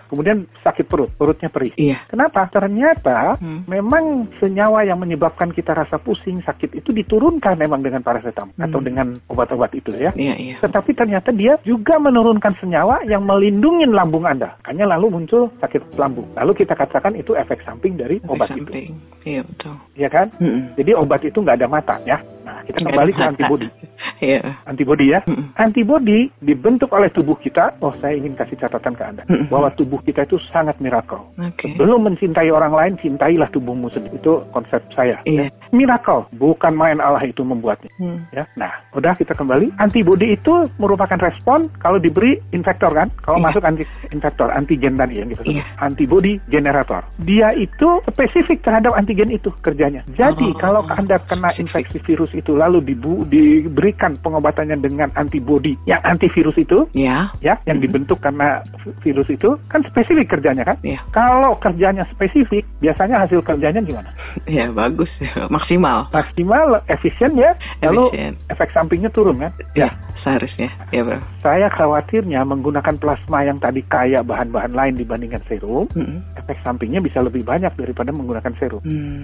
Speaker 3: kemudian sakit perutnya perih.
Speaker 2: Iya.
Speaker 3: Kenapa? Ternyata memang senyawa yang menyebabkan kita rasa pusing, sakit itu diturunkan memang dengan paracetamol atau dengan obat-obat itu ya.
Speaker 2: Iya.
Speaker 3: Tetapi ternyata dia juga menurunkan senyawa yang melindungi lambung Anda. Makanya lalu muncul sakit lambung. Lalu kita katakan itu efek samping dari obat itu.
Speaker 2: Iya, betul.
Speaker 3: Iya kan? Jadi obat itu nggak ada mata ya. Nah, kita kembali ke antibodi.
Speaker 2: Iya.
Speaker 3: Antibodi ya. Antibodi dibentuk oleh tubuh kita. Oh, saya ingin kasih catatan ke Anda. Bahwa tubuh kita itu sangat miracle. Belum mencintai orang lain, cintailah tubuhmu sendiri. Itu konsep saya.
Speaker 2: Iya.
Speaker 3: Miracle. Bukan main Allah itu membuatnya. Ya. Nah, udah kita kembali. Antibodi itu merupakan respon kalau diberi infektor kan. Kalau masuk anti-infektor, antigen tadi yang gitu. Antibodi generator. Dia itu spesifik terhadap antigen itu kerjanya. Jadi, kalau Anda kena infeksi virus itu lalu diberikan pengobatannya dengan antibodi yang antivirus itu, ya, yang dibentuk karena virus itu, kan spesifik kerjanya kan? Kalau kerjanya spesifik, biasanya hasil kerjanya gimana?
Speaker 2: Ya, bagus, maksimal,
Speaker 3: efisien ya, lalu efek sampingnya turun kan?
Speaker 2: Ya, seharusnya, ya bro.
Speaker 3: Saya khawatirnya menggunakan plasma yang tadi kaya bahan-bahan lain dibandingkan serum, efek sampingnya bisa lebih banyak daripada menggunakan serum.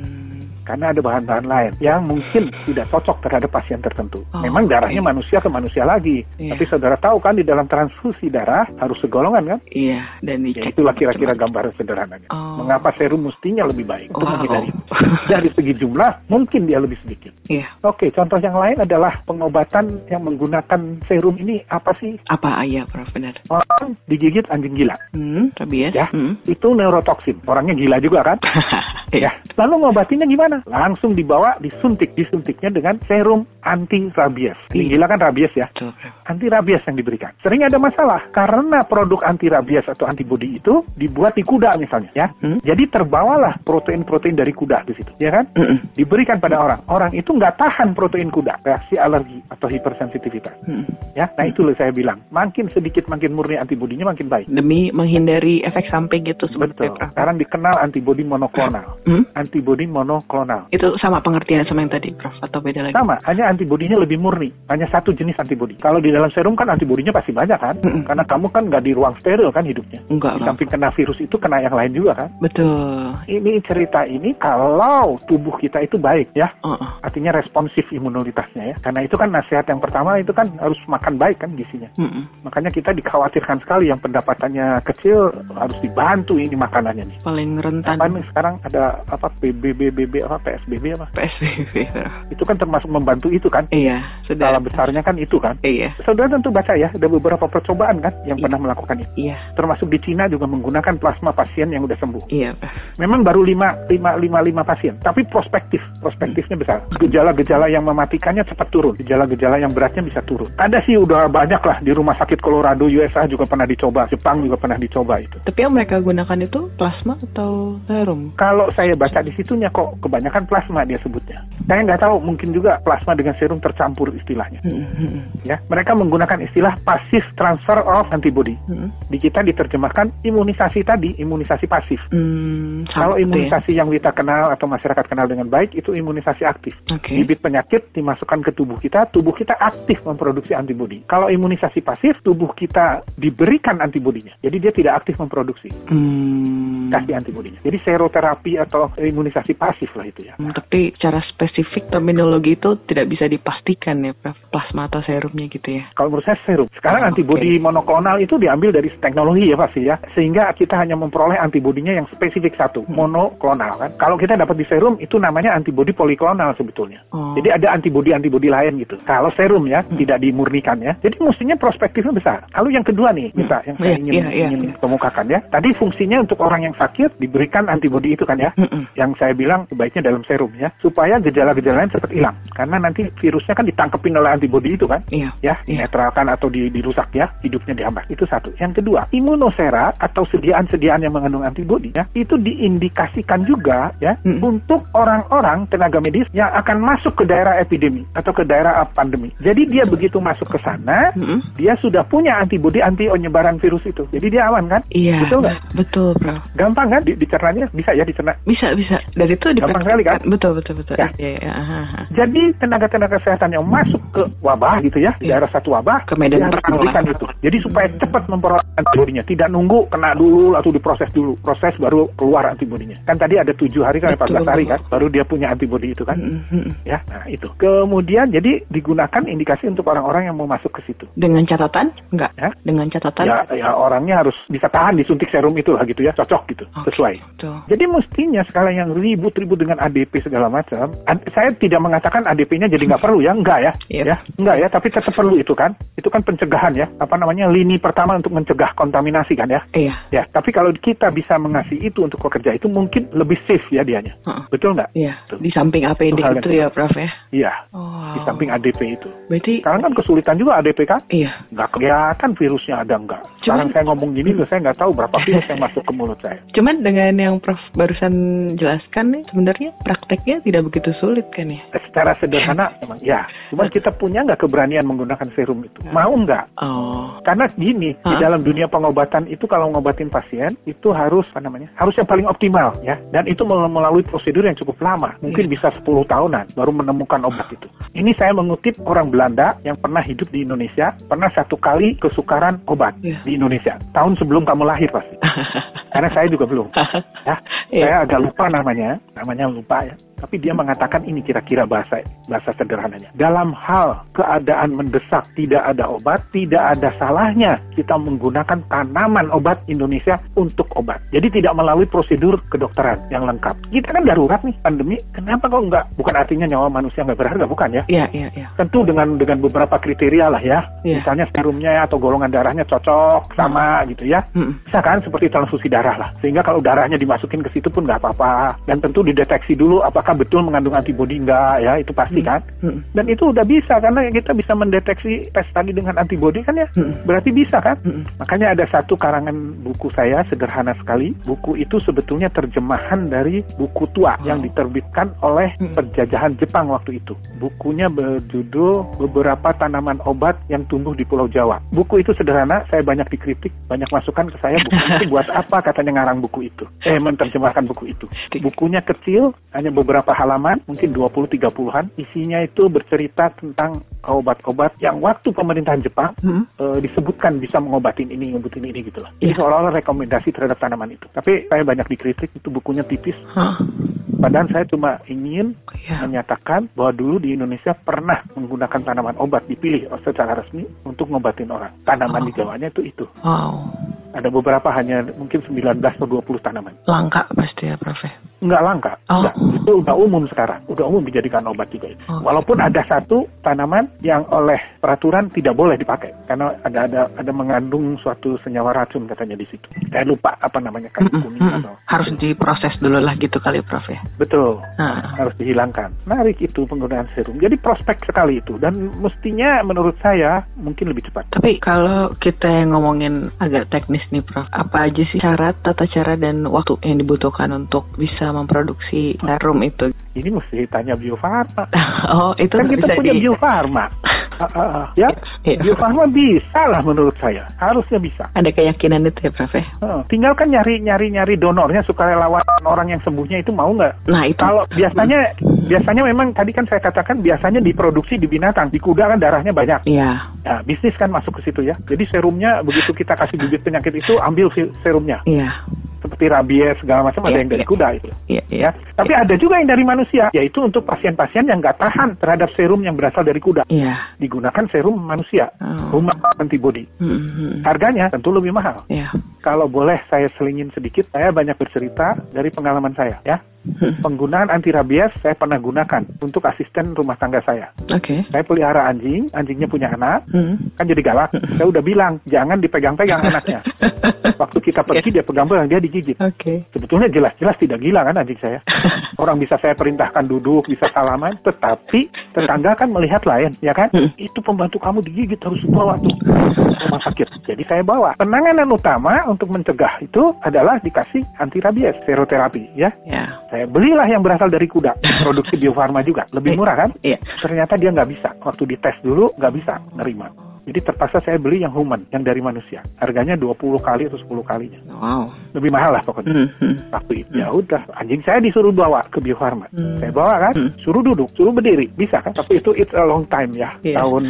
Speaker 3: Karena ada bahan-bahan lain yang mungkin tidak cocok terhadap pasien tertentu. Memang darahnya manusia ke manusia lagi. Tapi saudara tahu kan di dalam transfusi darah harus segolongan kan?
Speaker 2: Iya. Dan
Speaker 3: ya, itulah kira-kira gambaran sederhananya. Mengapa serum mestinya lebih baik untuk menghindari. Dari segi jumlah mungkin dia lebih sedikit. Oke, contoh yang lain adalah pengobatan yang menggunakan serum ini apa sih?
Speaker 2: Apa ya, Prof? Benar.
Speaker 3: Orang digigit anjing gila.
Speaker 2: Rabies.
Speaker 3: Ya, itu neurotoksin. Orangnya gila juga kan? Ya. Lalu ngobatinnya gimana? Langsung dibawa disuntiknya dengan serum anti rabies. Anjing gila kan rabies ya? Anti rabies yang diberikan. Sering ada masalah karena produk anti rabies atau antibodi itu dibuat di kuda misalnya, ya. Jadi terbawalah protein-protein dari kuda di situ, ya kan? Diberikan pada orang. Orang itu nggak tahan protein kuda, reaksi alergi atau hipersensitivitas. Ya, nah itu loh saya bilang, makin sedikit makin murni antibodinya makin baik.
Speaker 2: Demi menghindari efek samping gitu seperti
Speaker 3: itu. Sekarang dikenal antibodi monoklonal. Antibodi monoklonal.
Speaker 2: Itu sama pengertiannya sama yang tadi, Prof, atau beda lagi?
Speaker 3: Sama, hanya antibodinya lebih murni. Hanya satu jenis antibodi. Kalau di dalam serum kan antibodinya pasti banyak kan? Karena kamu kan nggak di ruang steril kan hidupnya.
Speaker 2: Enggak.
Speaker 3: Di samping kena virus itu kena yang lain juga kan?
Speaker 2: Betul.
Speaker 3: Ini cerita ini kalau tubuh kita itu baik ya. Artinya responsif imunitasnya ya. Karena itu kan nasihat yang pertama itu kan harus makan baik kan gizinya. Makanya kita dikhawatirkan sekali yang pendapatannya kecil harus dibantu ini makanannya nih.
Speaker 2: Paling rentan.
Speaker 3: Apa nih sekarang ada apa PSBB apa?
Speaker 2: PSBB.
Speaker 3: Itu kan termasuk membantu itu kan?
Speaker 2: Iya.
Speaker 3: Skala besarnya kan itu kan?
Speaker 2: Iya.
Speaker 3: Saudara tentu baca ya, ada beberapa percobaan kan yang pernah melakukan itu.
Speaker 2: Iya.
Speaker 3: Termasuk di Cina juga menggunakan plasma pasien yang udah sembuh.
Speaker 2: Iya.
Speaker 3: Memang baru 5 pasien, tapi prospektifnya besar. Gejala-gejala yang mematikannya cepat turun, gejala-gejala yang beratnya bisa turun. Ada sih udah banyak lah di rumah sakit Colorado, USA juga pernah dicoba, Jepang juga pernah dicoba itu.
Speaker 2: Tapi yang mereka gunakan itu plasma atau serum?
Speaker 3: Kalau saya baca di situnya kok kebanyakan plasma dia sebutnya. Saya nggak tahu, mungkin juga plasma dengan serum tercampur istilahnya. Ya, mereka menggunakan istilah passive transfer of antibody. Di kita diterjemahkan imunisasi tadi, imunisasi pasif. Kalau imunisasi yang kita kenal atau masyarakat kenal dengan baik itu imunisasi aktif. Bibit penyakit dimasukkan ke tubuh kita aktif memproduksi antibodi. Kalau imunisasi pasif, tubuh kita diberikan antibodinya. Jadi dia tidak aktif memproduksi. Kasih antibodinya. Jadi seroterapi atau imunisasi pasif lah itu ya.
Speaker 2: Tapi secara spesifik terminologi itu tidak bisa dipastikan ya, Prof. Plasma atau serumnya gitu ya.
Speaker 3: Kalau menurut saya serum. Sekarang antibodi monoklonal itu diambil dari teknologi ya pasti ya. Sehingga kita hanya memperoleh antibodinya yang spesifik satu, monoklonal kan. Kalau kita dapat di serum itu namanya antibodi poliklonal sebetulnya. Jadi ada antibodi lain gitu. Kalau serum ya tidak dimurnikan ya. Jadi mestinya prospektifnya besar. Lalu yang kedua nih, yang saya ingin kemukakan ya. Tadi fungsinya untuk orang yang sakit diberikan antibodi itu kan ya. Yang saya bilang sebaiknya dalam serum ya, supaya gejala-gejala lain cepat hilang. Karena nanti virusnya kan ditangkepin oleh antibodi itu kan. Dinetralkan atau dirusak ya, hidupnya dihambat. Itu satu. Yang kedua, imunosera atau sediaan-sediaan yang mengandung antibodi ya, itu diindikasikan juga ya untuk orang-orang tenaga medis yang akan masuk ke daerah epidemi atau ke daerah pandemi. Jadi dia begitu masuk ke sana, dia sudah punya antibodi anti penyebaran virus itu. Jadi dia aman kan?
Speaker 2: Iya.
Speaker 3: Betul nggak?
Speaker 2: Betul, Bro.
Speaker 3: Gampang kan dicernanya? Bisa ya dicerna?
Speaker 2: Bisa. Dari itu
Speaker 3: gampang sekali kan?
Speaker 2: Betul.
Speaker 3: Ya. Jadi tenaga kesehatan yang masuk ke wabah gitu ya, di daerah satu wabah,
Speaker 2: ke medan
Speaker 3: harus diberikan itu. Jadi supaya cepat memperoleh antibodinya, tidak nunggu kena dulu atau diproses dulu, proses baru keluar antibodinya. Kan tadi ada 7 hari kan, 14 hari kan, baru dia punya antibodi itu kan. Ya, nah itu. Kemudian jadi digunakan indikasi untuk orang-orang yang mau masuk ke situ.
Speaker 2: Dengan catatan? Enggak. Ya? Dengan catatan?
Speaker 3: Ya orangnya harus bisa tahan disuntik serum itu lah gitu ya, cocok gitu, sesuai. Betul. Jadi mestinya sekarang yang ribut-ribut dengan ADP segala macam, saya tidak mengatakan ADP-nya jadi nggak perlu ya, enggak ya, ya enggak ya, tapi tetap perlu itu kan pencegahan ya, lini pertama untuk mencegah kontaminasi kan ya. Iya. Ya, tapi kalau kita bisa mengasih itu untuk pekerja itu mungkin lebih safe ya dianya, betul nggak? Iya.
Speaker 2: Di samping APD itu ya, Prof ya.
Speaker 3: Iya. Di samping ADP itu.
Speaker 2: Berarti
Speaker 3: sekarang kan kesulitan juga ADP kan?
Speaker 2: Iya.
Speaker 3: Nggak kelihatan virusnya ada nggak. Sekarang saya ngomong gini loh, saya nggak tahu berapa virus yang masuk ke mulut saya.
Speaker 2: Cuman dengan yang Prof barusan jelaskan nih, sebenarnya prakteknya tidak begitu sulit kan ya?
Speaker 3: Secara sederhana memang ya. Cuman kita punya nggak keberanian menggunakan serum itu? Mau nggak? Karena gini, di dalam dunia pengobatan itu kalau ngobatin pasien itu harus harus yang paling optimal ya. Dan itu melalui prosedur yang cukup lama, mungkin bisa 10 tahunan baru menemukan obat itu. Ini saya mengutip orang Belanda yang pernah hidup di Indonesia, pernah 1 kali kesukaran obat di Indonesia. Tahun sebelum kamu lahir pasti. Karena saya juga belum. Ya, saya agak lupa namanya lupa ya. Tapi dia mengatakan ini kira-kira bahasa sederhananya. Dalam hal keadaan mendesak tidak ada obat, tidak ada salahnya kita menggunakan tanaman obat Indonesia untuk obat. Jadi tidak melalui prosedur kedokteran yang lengkap. Kita kan darurat nih, pandemi. Kenapa kok enggak? Bukan artinya nyawa manusia nggak berharga, bukan ya? Iya. Tentu dengan beberapa kriteria lah ya. Misalnya serumnya atau golongan darahnya cocok sama gitu ya. Bisa kan seperti transfusi darah lah. Sehingga kalau darahnya dimasukin ke situ pun nggak apa-apa. Dan tentu dideteksi dulu apakah betul mengandung antibodi enggak ya, itu pasti kan. Dan itu udah bisa karena kita bisa mendeteksi tes tadi dengan antibodi kan ya. Berarti bisa kan. Makanya ada satu karangan buku saya sederhana sekali. Buku itu sebetulnya terjemahan dari buku tua yang diterbitkan oleh penjajahan Jepang waktu itu. Bukunya berjudul Beberapa Tanaman Obat yang Tumbuh di Pulau Jawa. Buku itu sederhana, saya banyak dikritik, banyak masukan ke saya, buku itu buat apa katanya ngarang buku itu. Menerjemahkan buku itu. Bukunya kecil, hanya beberapa halaman, mungkin 20-30-an. Isinya itu bercerita tentang obat-obat yang waktu pemerintahan Jepang disebutkan bisa mengobatin ini gitu loh. Ini seolah-olah rekomendasi terhadap tanaman itu. Tapi saya banyak dikritik, itu bukunya tipis. Padahal saya cuma ingin menyatakan bahwa dulu di Indonesia pernah menggunakan tanaman obat dipilih secara resmi untuk ngobatin orang. Tanaman di Jawanya itu. Ada beberapa hanya mungkin 19 atau 20 tanaman.
Speaker 2: Langka pasti ya, Prof.
Speaker 3: Nggak langka. Nggak. Itu udah umum sekarang. Udah umum dijadikan obat juga itu. Walaupun ada satu tanaman yang oleh peraturan tidak boleh dipakai. Karena ada mengandung suatu senyawa racun katanya di situ. Saya lupa apa namanya. Atau
Speaker 2: harus diproses dulu lah gitu kali, Prof ya?
Speaker 3: Betul. Harus dihilangkan. Menarik itu penggunaan serum. Jadi prospek sekali itu. Dan mestinya menurut saya mungkin lebih cepat.
Speaker 2: Tapi kalau kita ngomongin agak teknis nih, Prof. Apa aja sih syarat, tata cara, dan waktu yang dibutuhkan untuk bisa memproduksi serum itu?
Speaker 3: Ini mesti tanya Bio Farma.
Speaker 2: Itu
Speaker 3: kan kita punya Bio Farma. Bio Farma bisa lah menurut saya. Harusnya bisa.
Speaker 2: Ada keyakinan itu ya, Prof.
Speaker 3: Tinggal kan nyari donornya, sukarelawan orang yang sembuhnya itu mau nggak?
Speaker 2: Nah itu.
Speaker 3: Kalau biasanya memang tadi kan saya katakan biasanya diproduksi di binatang. Di kuda kan darahnya banyak. Iya. Nah, bisnis kan masuk ke situ ya. Jadi serumnya begitu kita kasih bibit penyakit itu ambil serumnya. Iya. Seperti rabies segala macam ada yang dari kuda itu. Iya. Tapi ada juga yang dari manusia, yaitu untuk pasien-pasien yang nggak tahan terhadap serum yang berasal dari kuda. Iya. Digunakan serum manusia, human antibody. Harganya tentu lebih mahal. Iya. Kalau boleh saya selingin sedikit, saya banyak bercerita dari pengalaman saya ya. Penggunaan anti rabies saya pernah gunakan untuk asisten rumah tangga saya. Saya pelihara anjingnya punya anak, kan jadi galak. Saya udah bilang jangan dipegang-pegang anaknya. Waktu kita pergi dia pegang-pegang, dia digigit. Sebetulnya jelas-jelas tidak gila kan anjing saya. Orang bisa saya perintahkan duduk, bisa salaman, tetapi tetangga kan melihat lain, ya kan? Itu pembantu kamu digigit, harus bawa tuh rumah sakit. Jadi saya bawa. Penanganan utama untuk mencegah itu adalah dikasih anti rabies, seroterapi, ya. Saya belilah yang berasal dari kuda, produksi Bio Farma juga, lebih murah kan? Ternyata dia nggak bisa. Waktu dites dulu nggak bisa nerima. Jadi terpaksa saya beli yang human, yang dari manusia. Harganya 20 kali atau 10 kalinya.
Speaker 2: Wow.
Speaker 3: Lebih mahal lah pokoknya. Waktu itu ya udah, anjing saya disuruh bawa ke Bio Farma. Saya bawa kan, suruh duduk, suruh berdiri, bisa kan? Tapi itu it's a long time ya, tahun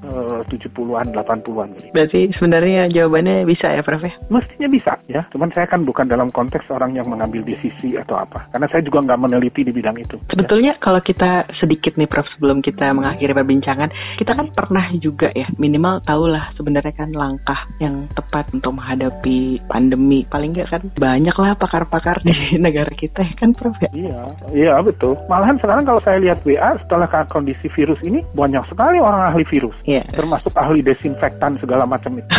Speaker 3: 70-an, 80-an.
Speaker 2: Berarti sebenarnya jawabannya bisa ya, Prof?
Speaker 3: Mestinya bisa ya, cuman saya kan bukan dalam konteks orang yang mengambil decisi atau apa, karena saya juga nggak meneliti di bidang itu.
Speaker 2: Sebetulnya kalau kita sedikit nih, Prof, sebelum kita mengakhiri perbincangan, kita kan pernah juga ya, minimal tahulah sebenarnya kan langkah yang tepat untuk menghadapi pandemi. Paling nggak kan banyak lah pakar-pakar di negara kita ya kan, Prof?
Speaker 3: Iya betul. Malahan sekarang kalau saya lihat WA setelah kondisi virus ini, banyak sekali orang ahli virus. Termasuk ahli desinfektan segala macam itu.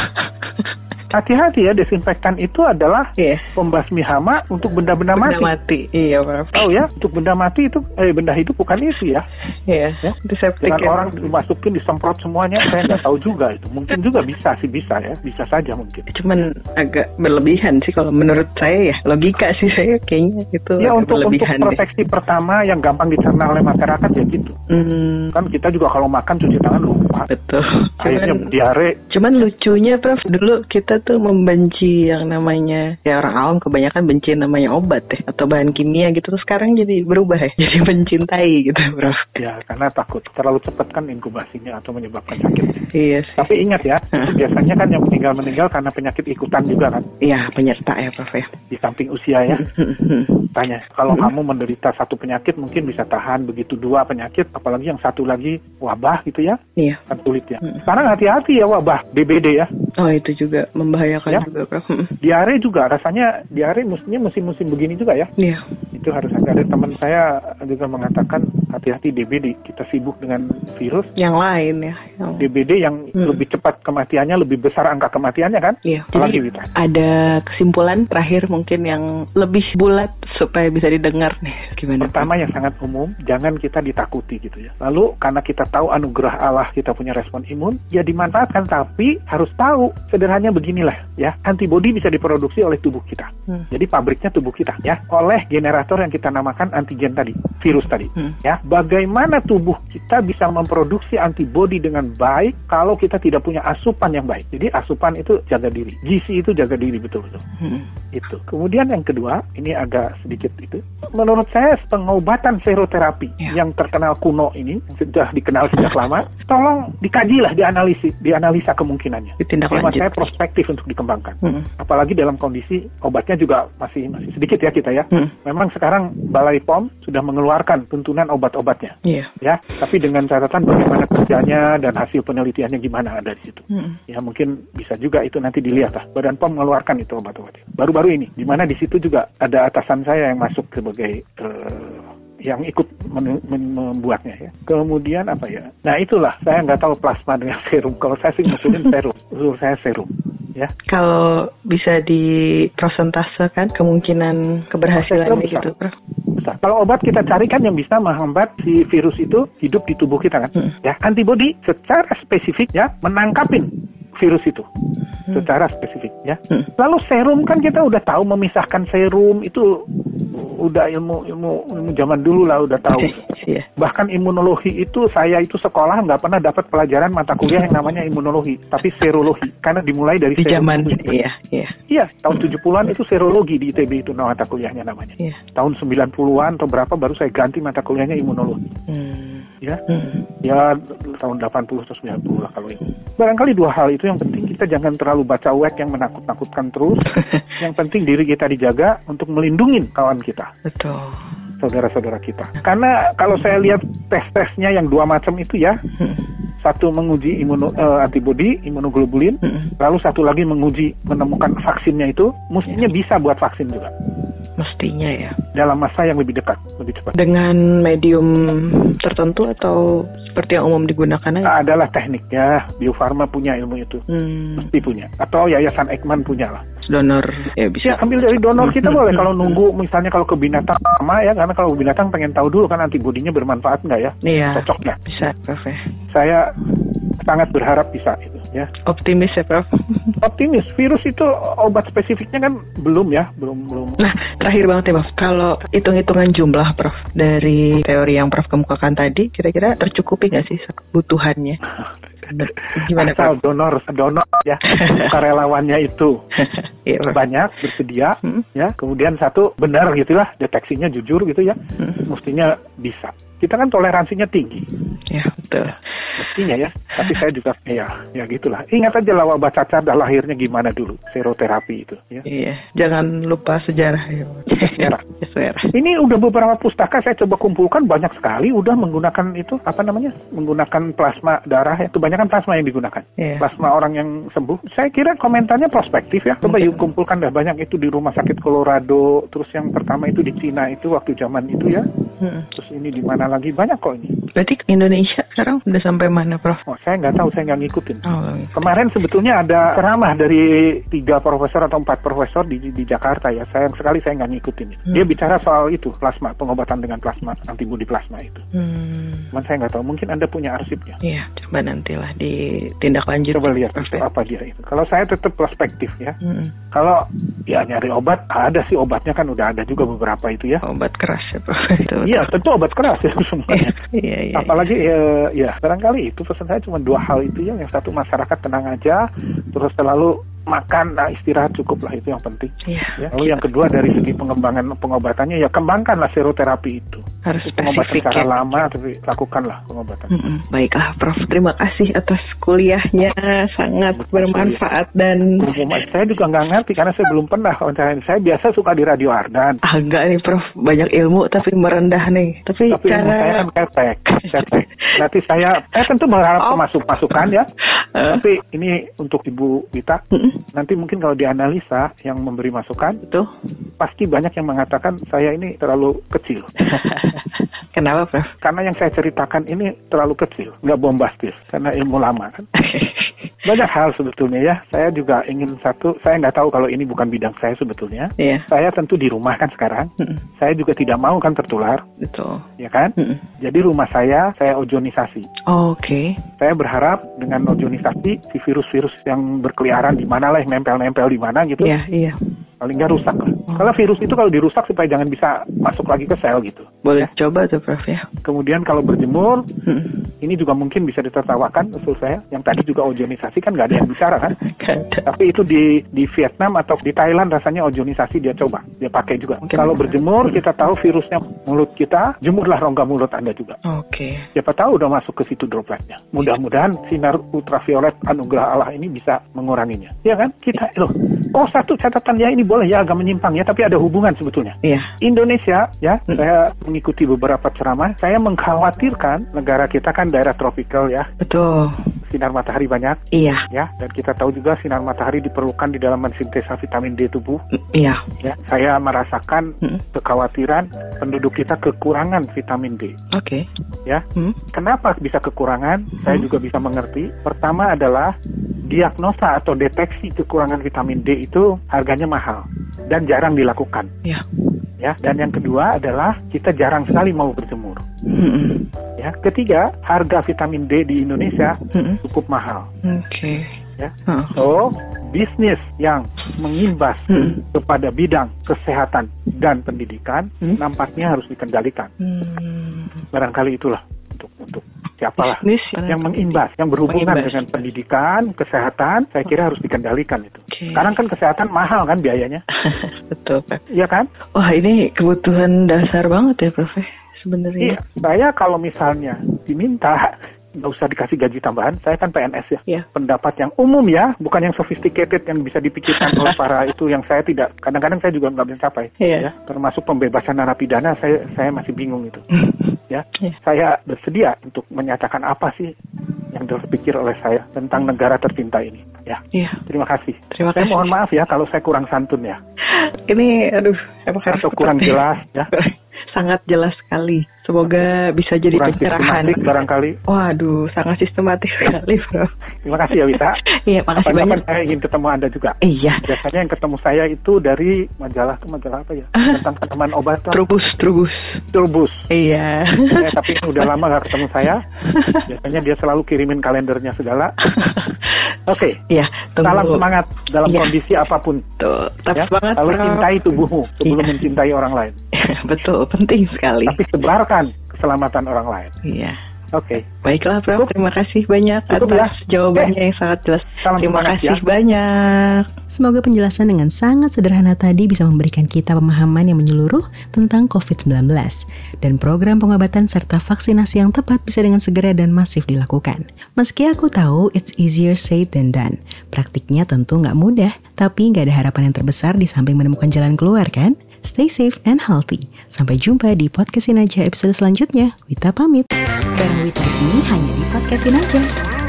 Speaker 3: Hati-hati ya, desinfektan itu adalah pembasmi hama untuk benda-benda mati.
Speaker 2: Iya, Prof.
Speaker 3: Tahu ya, untuk benda mati itu, benda hidup bukan itu ya.
Speaker 2: Iya.
Speaker 3: Ya? Dengan orang dimasukin, disemprot semuanya, saya nggak tahu juga itu. Mungkin juga bisa ya, bisa saja mungkin.
Speaker 2: Cuman agak berlebihan sih kalau menurut saya ya, logika sih saya kayaknya itu.
Speaker 3: Ya untuk proteksi pertama yang gampang dicerna oleh masyarakat ya gitu. Kan kita juga kalau makan cuci tangan lupa.
Speaker 2: Betul.
Speaker 3: Akhirnya diare.
Speaker 2: Cuman lucunya, Prof, dulu kita tuh membenci yang namanya, ya orang awam kebanyakan benci namanya obat ya, atau bahan kimia gitu. Terus sekarang jadi berubah ya, jadi mencintai gitu, Prof.
Speaker 3: Ya karena takut terlalu cepat kan inkubasinya atau menyebabkan sakit.
Speaker 2: Iya sih.
Speaker 3: Tapi ingat ya, itu biasanya kan yang meninggal karena penyakit ikutan juga kan.
Speaker 2: Iya, penyerta ya, Prof ya.
Speaker 3: Di samping usia ya. Tanya, kalau kamu menderita satu penyakit mungkin bisa tahan, begitu 2 penyakit, apalagi yang satu lagi wabah gitu ya.
Speaker 2: Iya.
Speaker 3: Kan sulit ya. Sekarang hati-hati ya wabah DBD ya.
Speaker 2: Oh itu juga membahayakan
Speaker 3: ya?
Speaker 2: Juga, Prof.
Speaker 3: Diare juga, rasanya diare mestinya musim-musim begini juga ya.
Speaker 2: Iya.
Speaker 3: Itu harus ada teman saya juga mengatakan hati-hati DBD, kita sibuk dengan virus.
Speaker 2: Yang lain ya.
Speaker 3: DBD yang lebih cepat kematiannya, lebih besar angka kematiannya kan.
Speaker 2: Iya.
Speaker 3: Apalagi
Speaker 2: jadi ada kesimpulan terakhir mungkin yang lebih bulat supaya bisa didengar nih. Gimana?
Speaker 3: Pertama yang sangat umum, jangan kita ditakuti gitu ya. Lalu karena kita tahu anugerah Allah kita punya respon imun, ya dimanfaatkan, tapi harus tahu sederhananya beginilah ya, antibodi bisa diproduksi oleh tubuh kita. Jadi pabriknya tubuh kita ya, oleh generator yang kita namakan antigen tadi, virus tadi. Ya, bagaimana tubuh kita bisa memproduksi antibodi dengan baik kalau kita tidak punya asupan yang baik. Jadi asupan itu jaga diri, gizi itu jaga diri betul-betul. Itu. Kemudian yang kedua, ini agak sedikit itu. Menurut saya pengobatan seroterapi yang terkenal kuno ini, yang sudah dikenal sejak lama, tolong dikajilah, dianalisa kemungkinannya. Hemat saya prospektif untuk dikembangkan. Apalagi dalam kondisi obatnya juga masih sedikit ya kita ya. Memang sekarang Balai POM sudah mengeluarkan tuntunan obat-obatnya. Ya, tapi dengan catatan bagaimana kerjanya dan hasil penelitiannya gimana ada di situ. Ya mungkin bisa juga itu nanti dilihat lah. Badan POM mengeluarkan itu obat-obatnya. Baru-baru ini, di mana di situ juga ada atasan saya yang masuk sebagai yang ikut membuatnya ya. Kemudian apa ya? Nah itulah, saya nggak tahu plasma dengan serum. Kalau saya sih ngusulin serum. Usul saya serum. Ya.
Speaker 2: Kalau bisa dipresentasekan kemungkinan keberhasilannya gitu, Prof.
Speaker 3: Besar. Kalau obat kita cari kan yang bisa menghambat si virus itu hidup di tubuh kita kan. Ya, antibodi secara spesifik ya menangkapin virus itu secara spesifik ya. Lalu serum kan kita udah tahu memisahkan serum itu udah ilmu zaman dulu lah udah tahu. Bahkan imunologi itu saya itu sekolah nggak pernah dapat pelajaran mata kuliah yang namanya imunologi, tapi serologi karena dimulai dari
Speaker 2: zaman
Speaker 3: Iya, tahun 70-an itu serologi di ITB itu mata kuliahnya namanya. Tahun 90-an atau berapa baru saya ganti mata kuliahnya imunologi. Ya tahun 80 atau 90 lah kalau ini. Barangkali 2 hal itu yang penting, kita jangan terlalu baca web yang menakut-nakutkan terus. Yang penting diri kita dijaga untuk melindungi kawan kita.
Speaker 2: Betul.
Speaker 3: Saudara-saudara kita. Karena kalau saya lihat tes-tesnya yang 2 macam itu ya, satu menguji antibodi, imunoglobulin, lalu satu lagi menguji menemukan vaksinnya itu, mestinya bisa buat vaksin juga.
Speaker 2: Mestinya ya.
Speaker 3: Dalam masa yang lebih dekat, lebih cepat.
Speaker 2: Dengan medium tertentu atau seperti yang umum digunakan aja?
Speaker 3: Adalah teknik ya. Bio Farma punya ilmu itu. Mesti punya. Atau Yayasan Eijkman punya lah.
Speaker 2: Donor ya bisa.
Speaker 3: Ya, ambil dari donor kita boleh. Kalau nunggu misalnya kalau ke binatang sama ya, karena kalau binatang pengen tahu dulu kan antibodinya bermanfaat nggak ya?
Speaker 2: Iya.
Speaker 3: Cocok nggak?
Speaker 2: Bisa, Prof.
Speaker 3: Saya sangat berharap bisa itu ya.
Speaker 2: Optimis ya, Prof.
Speaker 3: Optimis. Virus itu obat spesifiknya kan belum ya, belum.
Speaker 2: Nah, terakhir banget ya, Prof. Kalau hitung-hitungan jumlah, Prof, dari teori yang Prof kemukakan tadi, kira-kira tercukupi nggak sih kebutuhannya?
Speaker 1: Gimana
Speaker 3: asal donor ya, sukarelawannya itu banyak bersedia, ya. Kemudian satu benar gitulah, deteksinya jujur gitu ya, mestinya bisa. Kita kan toleransinya tinggi.
Speaker 1: Ya, betul.
Speaker 3: Mestinya ya, tapi saya juga ya gitulah. Ingat aja lah wabah cacar dah lahirnya gimana dulu, seroterapi itu. Ya.
Speaker 1: Iya, jangan lupa sejarah ya. Sejarah.
Speaker 3: Ini udah beberapa pustaka saya coba kumpulkan, banyak sekali udah menggunakan itu menggunakan plasma darah ya. Kebanyakan plasma yang digunakan. Yeah. Plasma orang yang sembuh. Saya kira komentarnya prospektif ya. Coba yuk kumpulkan dah, banyak itu di Rumah Sakit Colorado, terus yang pertama itu di Cina itu waktu zaman itu ya. Terus ini di mana lagi, banyak kok ini.
Speaker 1: Berarti Indonesia sekarang udah sampai mana, Prof?
Speaker 3: Oh, saya nggak tahu, saya nggak ngikutin. Kemarin sebetulnya ada ceramah dari 3 profesor atau 4 profesor di Jakarta ya. Sayang sekali saya nggak ngikutin. Dia bicara soal itu, plasma, pengobatan dengan plasma, antibodi plasma itu. Cuman saya nggak tahu, mungkin Anda punya arsipnya.
Speaker 1: Iya, coba nantilah ditindaklanjut.
Speaker 3: Coba lihat itu apa dia itu. Kalau saya tetap prospektif ya. Kalau ya nyari obat, ada sih obatnya kan udah ada juga beberapa itu ya.
Speaker 1: Obat keras ya, Prof.
Speaker 3: Iya, tentu obat keras ya semuanya.
Speaker 1: Iya.
Speaker 3: Apalagi ya barangkali itu pesan saya cuma 2 hal itu ya. Yang satu, masyarakat tenang aja, terus selalu makan, istirahat cukup lah, itu yang penting. Ya. Lalu yang kedua, dari segi pengembangan pengobatannya ya kembangkanlah seroterapi itu.
Speaker 1: Harus
Speaker 3: pengobatan secara lama, tapi lakukanlah pengobatan.
Speaker 1: Baiklah, Prof. Terima kasih atas kuliahnya, sangat bermanfaat dan.
Speaker 3: Saya juga nggak ngerti karena saya belum pernah wawancara. Saya biasa suka di Radio Ardan.
Speaker 1: Enggak nih, Prof. Banyak ilmu tapi merendah nih. Tapi
Speaker 3: saya kan ketek. Nanti saya tentu berharap masukan ya. Tapi ini untuk Ibu Wita. Nanti mungkin kalau dianalisa yang memberi masukan,
Speaker 1: betul,
Speaker 3: pasti banyak yang mengatakan saya ini terlalu kecil.
Speaker 1: Kenapa, Prof?
Speaker 3: Karena yang saya ceritakan ini terlalu kecil, nggak bombastis, karena ilmu lama kan. Banyak hal sebetulnya ya. Saya juga ingin saya nggak tahu kalau ini bukan bidang saya sebetulnya. Iya. Saya tentu di rumah kan sekarang. Saya juga tidak mau kan tertular.
Speaker 1: Betul.
Speaker 3: Ya kan? Jadi rumah saya ojonisasi.
Speaker 1: Oke.
Speaker 3: Saya berharap dengan ojonisasi, si virus-virus yang berkeliaran di mana lah, yang nempel-nempel di mana gitu.
Speaker 1: Iya.
Speaker 3: Paling nggak rusak lah. Kalau virus itu kalau dirusak supaya jangan bisa masuk lagi ke sel gitu.
Speaker 1: Boleh coba tuh, Prof ya.
Speaker 3: Kemudian kalau berjemur, ini juga mungkin bisa ditertawakan usul saya. Yang tadi juga ojonisasi kan nggak ada yang bicara kan. Tapi itu di Vietnam atau di Thailand rasanya ojonisasi dia coba. Dia pakai juga. Kalau berjemur, kita tahu virusnya mulut kita, jemurlah rongga mulut Anda juga.
Speaker 1: Oke.
Speaker 3: Siapa tahu udah masuk ke situ dropletnya. Mudah-mudahan sinar ultraviolet anugerah Allah ini bisa menguranginya. Ya kan? Kita satu catatan ya, ini boleh ya agak menyimpang ya, tapi ada hubungan sebetulnya.
Speaker 1: Iya.
Speaker 3: Indonesia ya, saya mengikuti beberapa ceramah, saya mengkhawatirkan negara kita kan daerah tropikal ya.
Speaker 1: Betul.
Speaker 3: Sinar matahari banyak.
Speaker 1: Iya.
Speaker 3: Ya, dan kita tahu juga sinar matahari diperlukan di dalam mensintesa vitamin D tubuh.
Speaker 1: Iya.
Speaker 3: Ya, saya merasakan kekhawatiran penduduk kita kekurangan vitamin D.
Speaker 1: Oke.
Speaker 3: Ya. Kenapa bisa kekurangan? Saya juga bisa mengerti. Pertama adalah diagnosa atau deteksi kekurangan vitamin D itu harganya mahal dan jarang dilakukan.
Speaker 1: Iya.
Speaker 3: Ya, dan yang kedua adalah kita jarang sekali mau berjemur. Ya, ketiga, harga vitamin D di Indonesia cukup mahal.
Speaker 1: Oke.
Speaker 3: Ya. So, bisnis yang mengimbas kepada bidang kesehatan dan pendidikan nampaknya harus dikendalikan. Barangkali itulah untuk siapalah yang mengimbas, yang berhubungan dengan pendidikan, kesehatan, saya kira harus dikendalikan itu. Sekarang kan kesehatan mahal kan biayanya.
Speaker 1: Betul, Pak.
Speaker 3: Iya kan?
Speaker 1: Wah, ini kebutuhan dasar banget ya, Prof. Sebenarnya.
Speaker 3: Iya, saya kalau misalnya diminta nggak usah dikasih gaji tambahan, saya kan PNS ya.
Speaker 1: Yeah.
Speaker 3: Pendapat yang umum ya, bukan yang sophisticated yang bisa dipikirkan oleh para itu, yang saya tidak, kadang-kadang saya juga nggak bisa capai. Ya, termasuk pembebasan narapidana, saya masih bingung itu. Ya, saya bersedia untuk menyatakan apa sih yang terpikir oleh saya tentang negara tercinta ini. Ya, terima kasih. Saya mohon maaf ya kalau saya kurang santun ya.
Speaker 1: Ini, emang harus
Speaker 3: atau kurang jelas ya.
Speaker 1: Sangat jelas sekali. Semoga bisa jadi pencerahan.
Speaker 3: Barangkali.
Speaker 1: Waduh, sangat sistematis sekali, Bro.
Speaker 3: Terima kasih ya, Wita.
Speaker 1: Iya, makasih banyak.
Speaker 3: Saya ingin ketemu Anda juga.
Speaker 1: Iya.
Speaker 3: Biasanya yang ketemu saya itu dari majalah apa ya? Tentang tanaman obat. Turbus.
Speaker 1: Iya.
Speaker 3: Tapi udah lama nggak ketemu saya. Biasanya dia selalu kirimin kalendernya segala. Oke.
Speaker 1: Iya.
Speaker 3: Salam semangat dalam kondisi apapun.
Speaker 1: Tuh, ya?
Speaker 3: Banget. Lalu cintai tubuhmu sebelum mencintai orang lain.
Speaker 1: Betul, penting sekali.
Speaker 3: Tapi sebarkan keselamatan orang lain.
Speaker 1: Iya.
Speaker 3: Oke.
Speaker 2: Baiklah Prof, terima kasih banyak atas jawabannya yang sangat jelas. Terima kasih banyak.
Speaker 1: Semoga penjelasan dengan sangat sederhana tadi bisa memberikan kita pemahaman yang menyeluruh tentang COVID-19 dan program pengobatan serta vaksinasi yang tepat bisa dengan segera dan masif dilakukan. Meski aku tahu it's easier said than done, praktiknya tentu nggak mudah, tapi nggak ada harapan yang terbesar di samping menemukan jalan keluar kan? Stay safe and healthy. Sampai jumpa di Podcastin Aja episode selanjutnya. Wita pamit. Bareng Wita di sini hanya di Podcastin Aja.